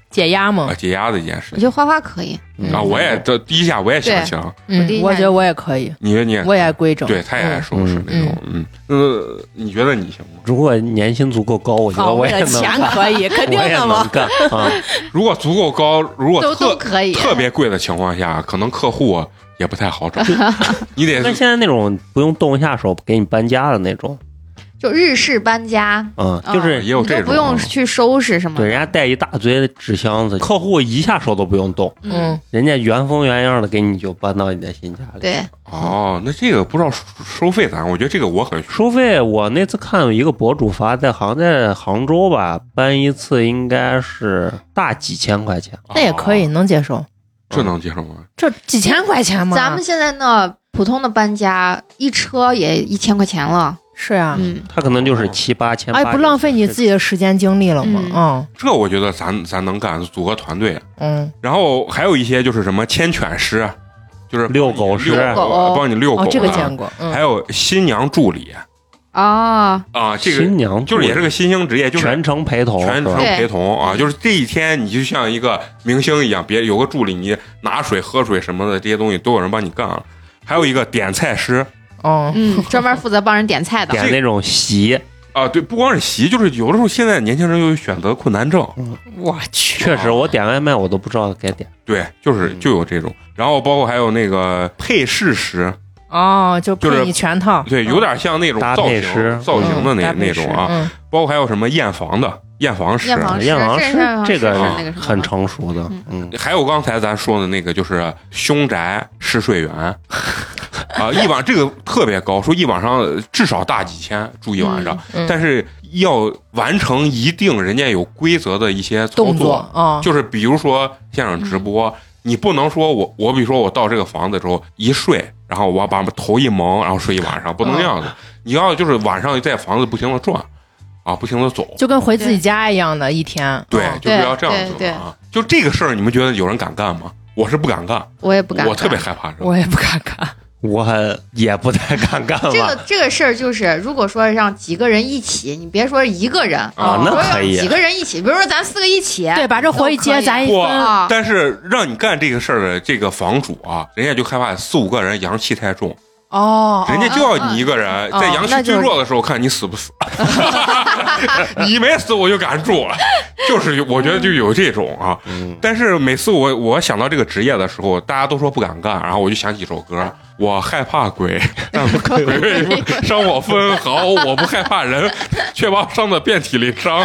解压嘛， 解压的一件事我觉得花花可以啊。我也这第一下我也想起了， 我觉得我也可以。 你也我也爱规整， 对，他也爱收拾那种，你觉得你行吗？ 如果年薪足够高，我觉得我也能钱可以，肯定的嘛。 干啊！ 如果足够高，如果都可以， 特别贵的情况下，可能客户也不太好找。你得那现在那种不用动一下手给你搬家的那种， 就日式搬家， 就是也有这种， 不用去收拾什么。 对，人家带一大堆纸箱子，客户一下手都不用动，人家原封原样的给你就搬到你的新家里。 对， 哦，那这个不知道收费咋样？我觉得这个我很收费。我那次看有一个博主发，在杭州吧，搬一次应该是大几千块钱， 那也可以，能接受。 这能接受吗？ 这几千块钱吗？ 咱们现在那普通的搬家，一车也1000块钱了。 是呀， 他可能就是7、8千， 哎，不浪费你自己的时间精力了吗？ 这我觉得咱能干，组个团队。然后还有一些就是什么牵犬师，就是遛狗师， 帮你遛狗， 这个见过。 还有新娘助理。这个新娘就是也是个新兴职业，就是全程陪同啊，就是这一天你就像一个明星一样，别有个助理，你拿水喝水什么的这些东西都有人帮你干了。还有一个点菜师， 专门负责帮人点菜的， 点那种席啊，对，不光是席，就是有的时候现在年轻人有选择困难症。 我去， 确实，我点外卖我都不知道该点。 对，就有这种，然后包括还有那个配饰师。 就配你全套， 对，有点像那种造型的那种啊，包括还有什么验房师， 验房师这个很成熟的， 还有刚才咱说的那个就是凶宅试睡员啊，一晚这个特别高，说一晚上至少大几千住一晚上，但是要完成一定人家有规则的一些操作，就是比如说现场直播。你不能说我比如说我到这个房子之后一睡，然后我把头一蒙，然后睡一晚上，不能这样子。你要就是晚上在房子不停的转，不停的走， 就跟回自己家一样的一天。 对，就是要这样子啊。就这个事儿，你们觉得有人敢干吗？我是不敢干， 我也不敢干， 我特别害怕这个， 我也不敢干。 我也不太敢干吧。 这个事儿就是，如果说让几个人一起，你别说一个人那可以， 几个人一起，比如说咱4个一起， 对，把这活一接咱一分。 但是让你干这个事儿的这个房主人家就害怕4、5个人阳气太重。人家就要你一个人，在阳气最弱的时候看你死不死。你没死我就敢住，就是我觉得就有这种啊。但是每次我想到这个职业的时候，大家都说不敢干，然后我就想起一首歌，我害怕鬼，但鬼伤我分毫，我不害怕人，却把我伤得遍体鳞伤。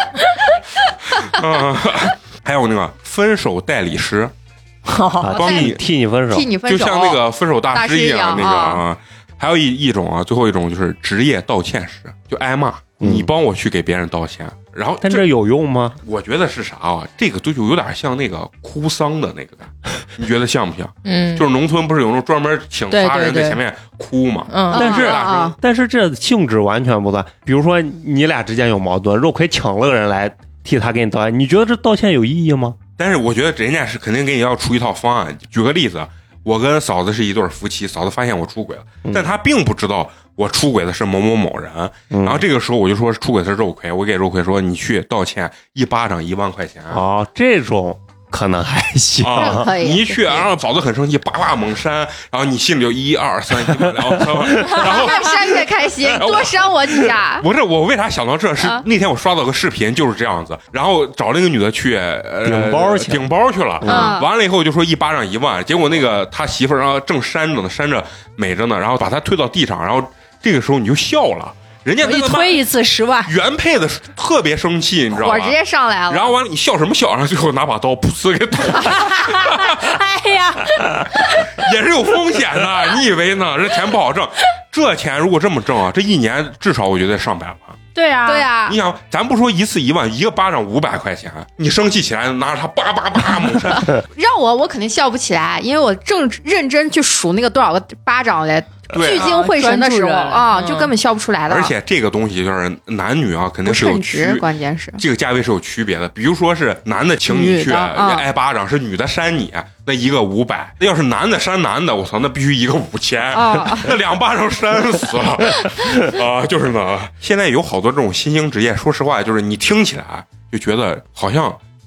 还有那个分手代理师，帮你替你分手， 就像那个分手大师一样那个啊。还有一种最后一种就是职业道歉师，就挨骂，你帮我去给别人道歉，然后但这有用吗？ 我觉得是啥这个就有点像那个哭丧的那个感，你觉得像不像？就是农村不是有那种专门请仨人在前面哭嘛？ 但是这性质完全不同。比如说你俩之间有矛盾，肉葵请了个人来替他给你道歉，你觉得这道歉有意义吗？ 但是我觉得人家是肯定给你要出一套方案。举个例子，我跟嫂子是一对夫妻，嫂子发现我出轨了，但她并不知道我出轨的是某某某人。然后这个时候我就说出轨的是肉葵，我给肉葵说你去道歉，1巴掌1万块钱。 这种可能还行， 你一去，然后嫂子很生气，叭猛扇，然后你心里就1、2、3，然后越扇越开心，多扇我几下。 不是我为啥想到这是那天我刷到个视频就是这样子，然后找那个女的去顶包去了，完了以后就说1巴掌1万，结果那个他媳妇儿然后正扇着美着呢，然后把他推到地上，然后这个时候你就笑了。人家那个推一次10万， 原配的特别生气，你知道吗？ 我直接上来了， 然后完了你笑什么笑？然后最后拿把刀噗呲给捅了。 哎呀， 也是有风险的，你以为呢？这钱不好挣，这钱如果这么挣这一年至少我觉得上百万。 对啊， 你想，咱不说一次1万，一个巴掌500块钱，你生气起来拿着它叭叭叭猛扇， 让我肯定笑不起来，因为我正认真去数那个多少个巴掌来。聚精会神的时候就根本笑不出来了。 而且这个东西就是男女肯定是有区， 关键是这个价位是有区别的。比如说是男的请你去挨巴掌，是女的扇你，那一个500；那要是男的扇男的，我操，那必须一个5000，那2巴掌扇死了就是呢，现在有好多这种新兴职业，说实话，就是你听起来就觉得好像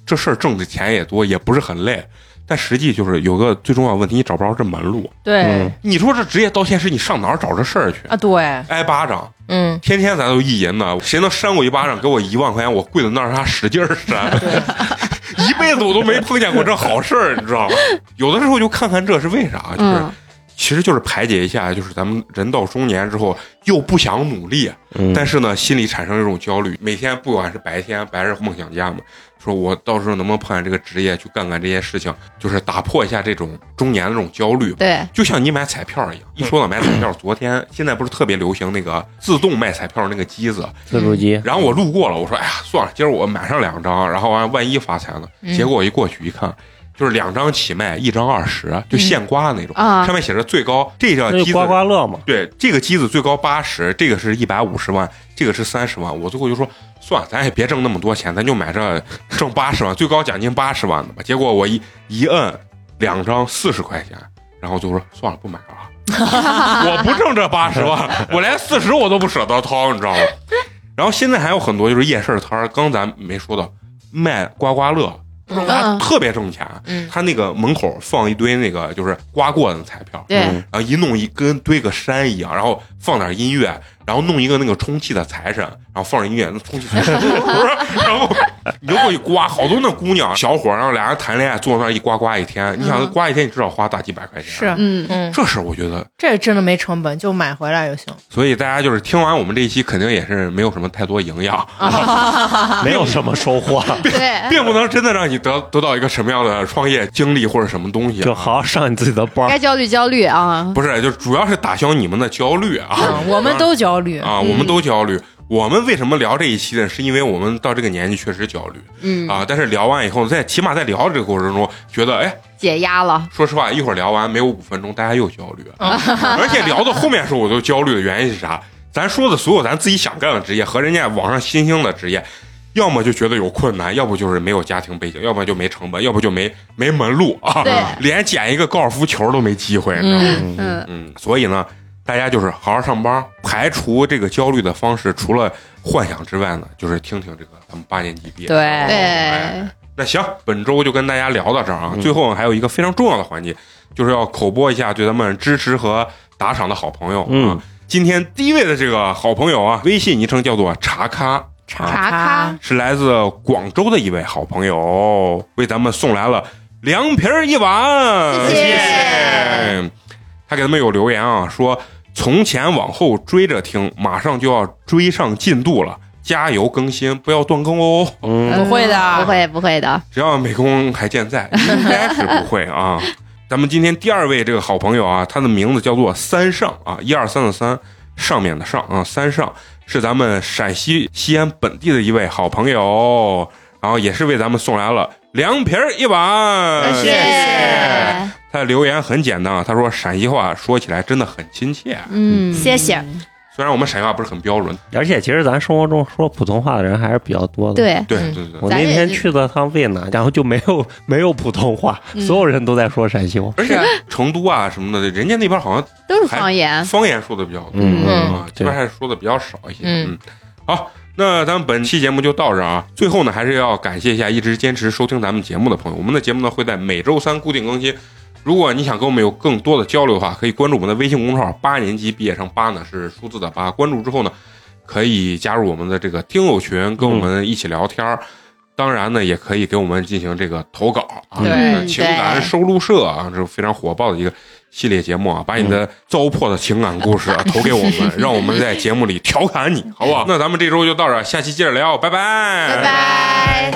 这事儿挣的钱也多，也不是很累。但实际就是有个最重要的问题，你找不着这门路。 对， 你说这职业盗窃师，你上哪儿找这事儿去啊？对， 挨巴掌，天天咱都意淫呢，谁能扇我一巴掌，给我1万块钱，我跪在那儿，他使劲扇，一辈子我都没碰见过这好事儿，你知道吗？有的时候就看看这是为啥，就是其实就是排解一下，就是咱们人到中年之后又不想努力，但是呢心里产生这种焦虑，每天不管是白天白日梦想家嘛。说我到时候能不能碰见这个职业去干干这些事情，就是打破一下这种中年的这种焦虑。 对， 就像你买彩票一样，一说到买彩票，现在不是特别流行那个自动卖彩票那个机子， 自助机。 然后我路过了，我说哎呀算了，今儿我买上2张，然后万一发财呢？结果我一过去一看。就是2张起卖，1张20，就现刮那种，上面写着最高这个机子刮刮乐嘛， 对，这个机子最高80，这个是150万，这个是30万。我最后就说，算了，咱也别挣那么多钱，咱就买这挣80万，最高奖金80万的吧。结果我一摁2张40块钱，然后就说算了，不买了，我不挣这80万，我连40我都不舍得掏，你知道吗？然后现在还有很多就是夜市摊，刚咱没说到卖刮刮乐。他特别挣钱，他那个门口放一堆那个就是刮过的彩票， 对， 然后一弄跟堆个山一样，然后放点音乐，然后弄一个那个充气的财神，然后放着音乐，那充气财神，然后你就过去刮，好多那姑娘小伙，然后俩人谈恋爱，坐那儿一刮一天，你想刮一天，你至少花大几百块钱， 是， 这事我觉得这真的没成本，就买回来就行。 所以大家就是听完我们这一期，肯定也是没有什么太多营养， 没有什么收获， 对， 并不能真的让你得到一个什么样的创业经历或者什么东西， 就好好上你自己的班。 该焦虑啊， 不是，就主要是打消你们的焦虑啊， 我们都焦虑啊，我们都焦虑。我们为什么聊这一期呢？是因为我们到这个年纪确实焦虑，但是聊完以后，起码在聊这个过程中，觉得哎， 解压了。 说实话，一会儿聊完没有5分钟，大家又焦虑，而且聊到后面的时候，我都焦虑的原因是啥？咱说的所有咱自己想干的职业和人家网上新兴的职业，要么就觉得有困难，要不就是没有家庭背景，要不就没成本，要不就没门路啊，连捡一个高尔夫球都没机会，你知道吗？所以呢。大家就是好好上班，排除这个焦虑的方式，除了幻想之外呢，就是听听这个咱们8年级毕业。 对， 那行，本周就跟大家聊到这儿啊。最后还有一个非常重要的环节，就是要口播一下对咱们支持和打赏的好朋友啊。今天第一位的这个好朋友啊，微信昵称叫做茶咖，是来自广州的一位好朋友，为咱们送来了凉皮1碗，谢谢。他给他们有留言啊，说从前往后追着听，马上就要追上进度了，加油更新，不要断更哦。 不会的， 不会的， 只要美工还健在，应该是不会啊。咱们今天第2位这个好朋友啊，他的名字叫做3上啊，1、2、3的3，上面的上啊，3上是咱们陕西西安本地的一位好朋友，然后也是为咱们送来了凉皮1碗，谢谢。他的留言很简单啊，他说陕西话说起来真的很亲切， 谢谢。 虽然我们陕西话不是很标准， 而且其实咱生活中说普通话的人还是比较多的。 对， 我那天去了趟渭南，然后就没有普通话，所有人都在说陕西话。 而且成都啊什么的，人家那边好像都是方言说的比较多，这边还说的比较少一些。好。那咱们本期节目就到这啊！最后呢，还是要感谢一下一直坚持收听咱们节目的朋友。我们的节目呢会在每周3固定更新。如果你想跟我们有更多的交流的话，可以关注我们的微信公众号8年级毕业生，8呢是数字的8。关注之后呢，可以加入我们的这个听友群，跟我们一起聊天。当然呢，也可以给我们进行这个投稿啊，情感收录社啊，这是非常火爆的一个系列节目啊，把你的糟粕的情感故事投给我们，让我们在节目里调侃你，好不好？那咱们这周就到这儿，下期接着聊，拜拜， 拜拜。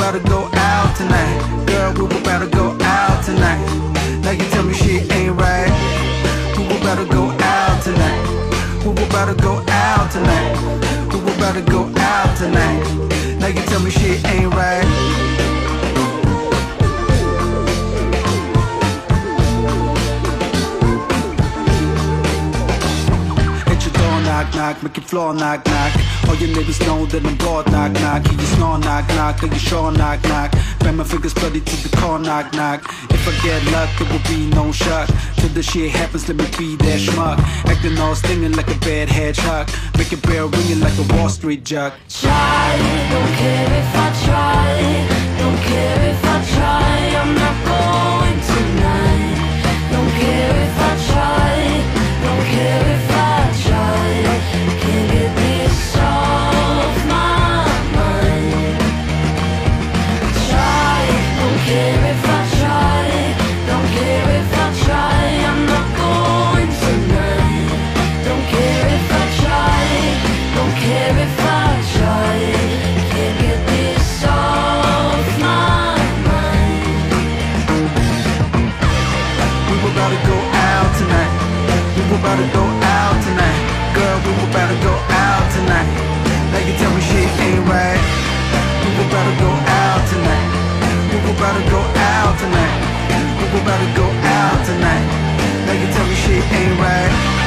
Girl, we about to go out tonight. Now you tell me shit ain't right. about to go out tonight. We were about to go out tonight. Now you tell me shit ain't right. Knock, knock, make your floor knock, knock. All your neighbors know that I'm bored, knock, knock. Hear you snore, knock, knock, are you sure, knock, knock. Bend my fingers bloody to the core, knock, knock. If I get luck, there will be no shock. Till the shit happens, let me be that schmuck. Acting all stinging like a bad hedgehog. Make a bell ringing like a Wall Street jock. Try, don't care if I try. Don't care if I try, I'm not going tonight. Don't care if I try. Don't care if I try. Can't get this off my mind. Try, don't care if I try. Don't care if I try, I'm not going tonight. Don't care if I try. Don't care if I try. Can't get this off my mind. We were about to go out tonight. We were about to go out tonight. Girl, we were about to go out tonight. Now you tell me shit ain't right. We were about to go out tonight. We were about to go out tonight. We were about to go out tonight. Now you tell me shit ain't right.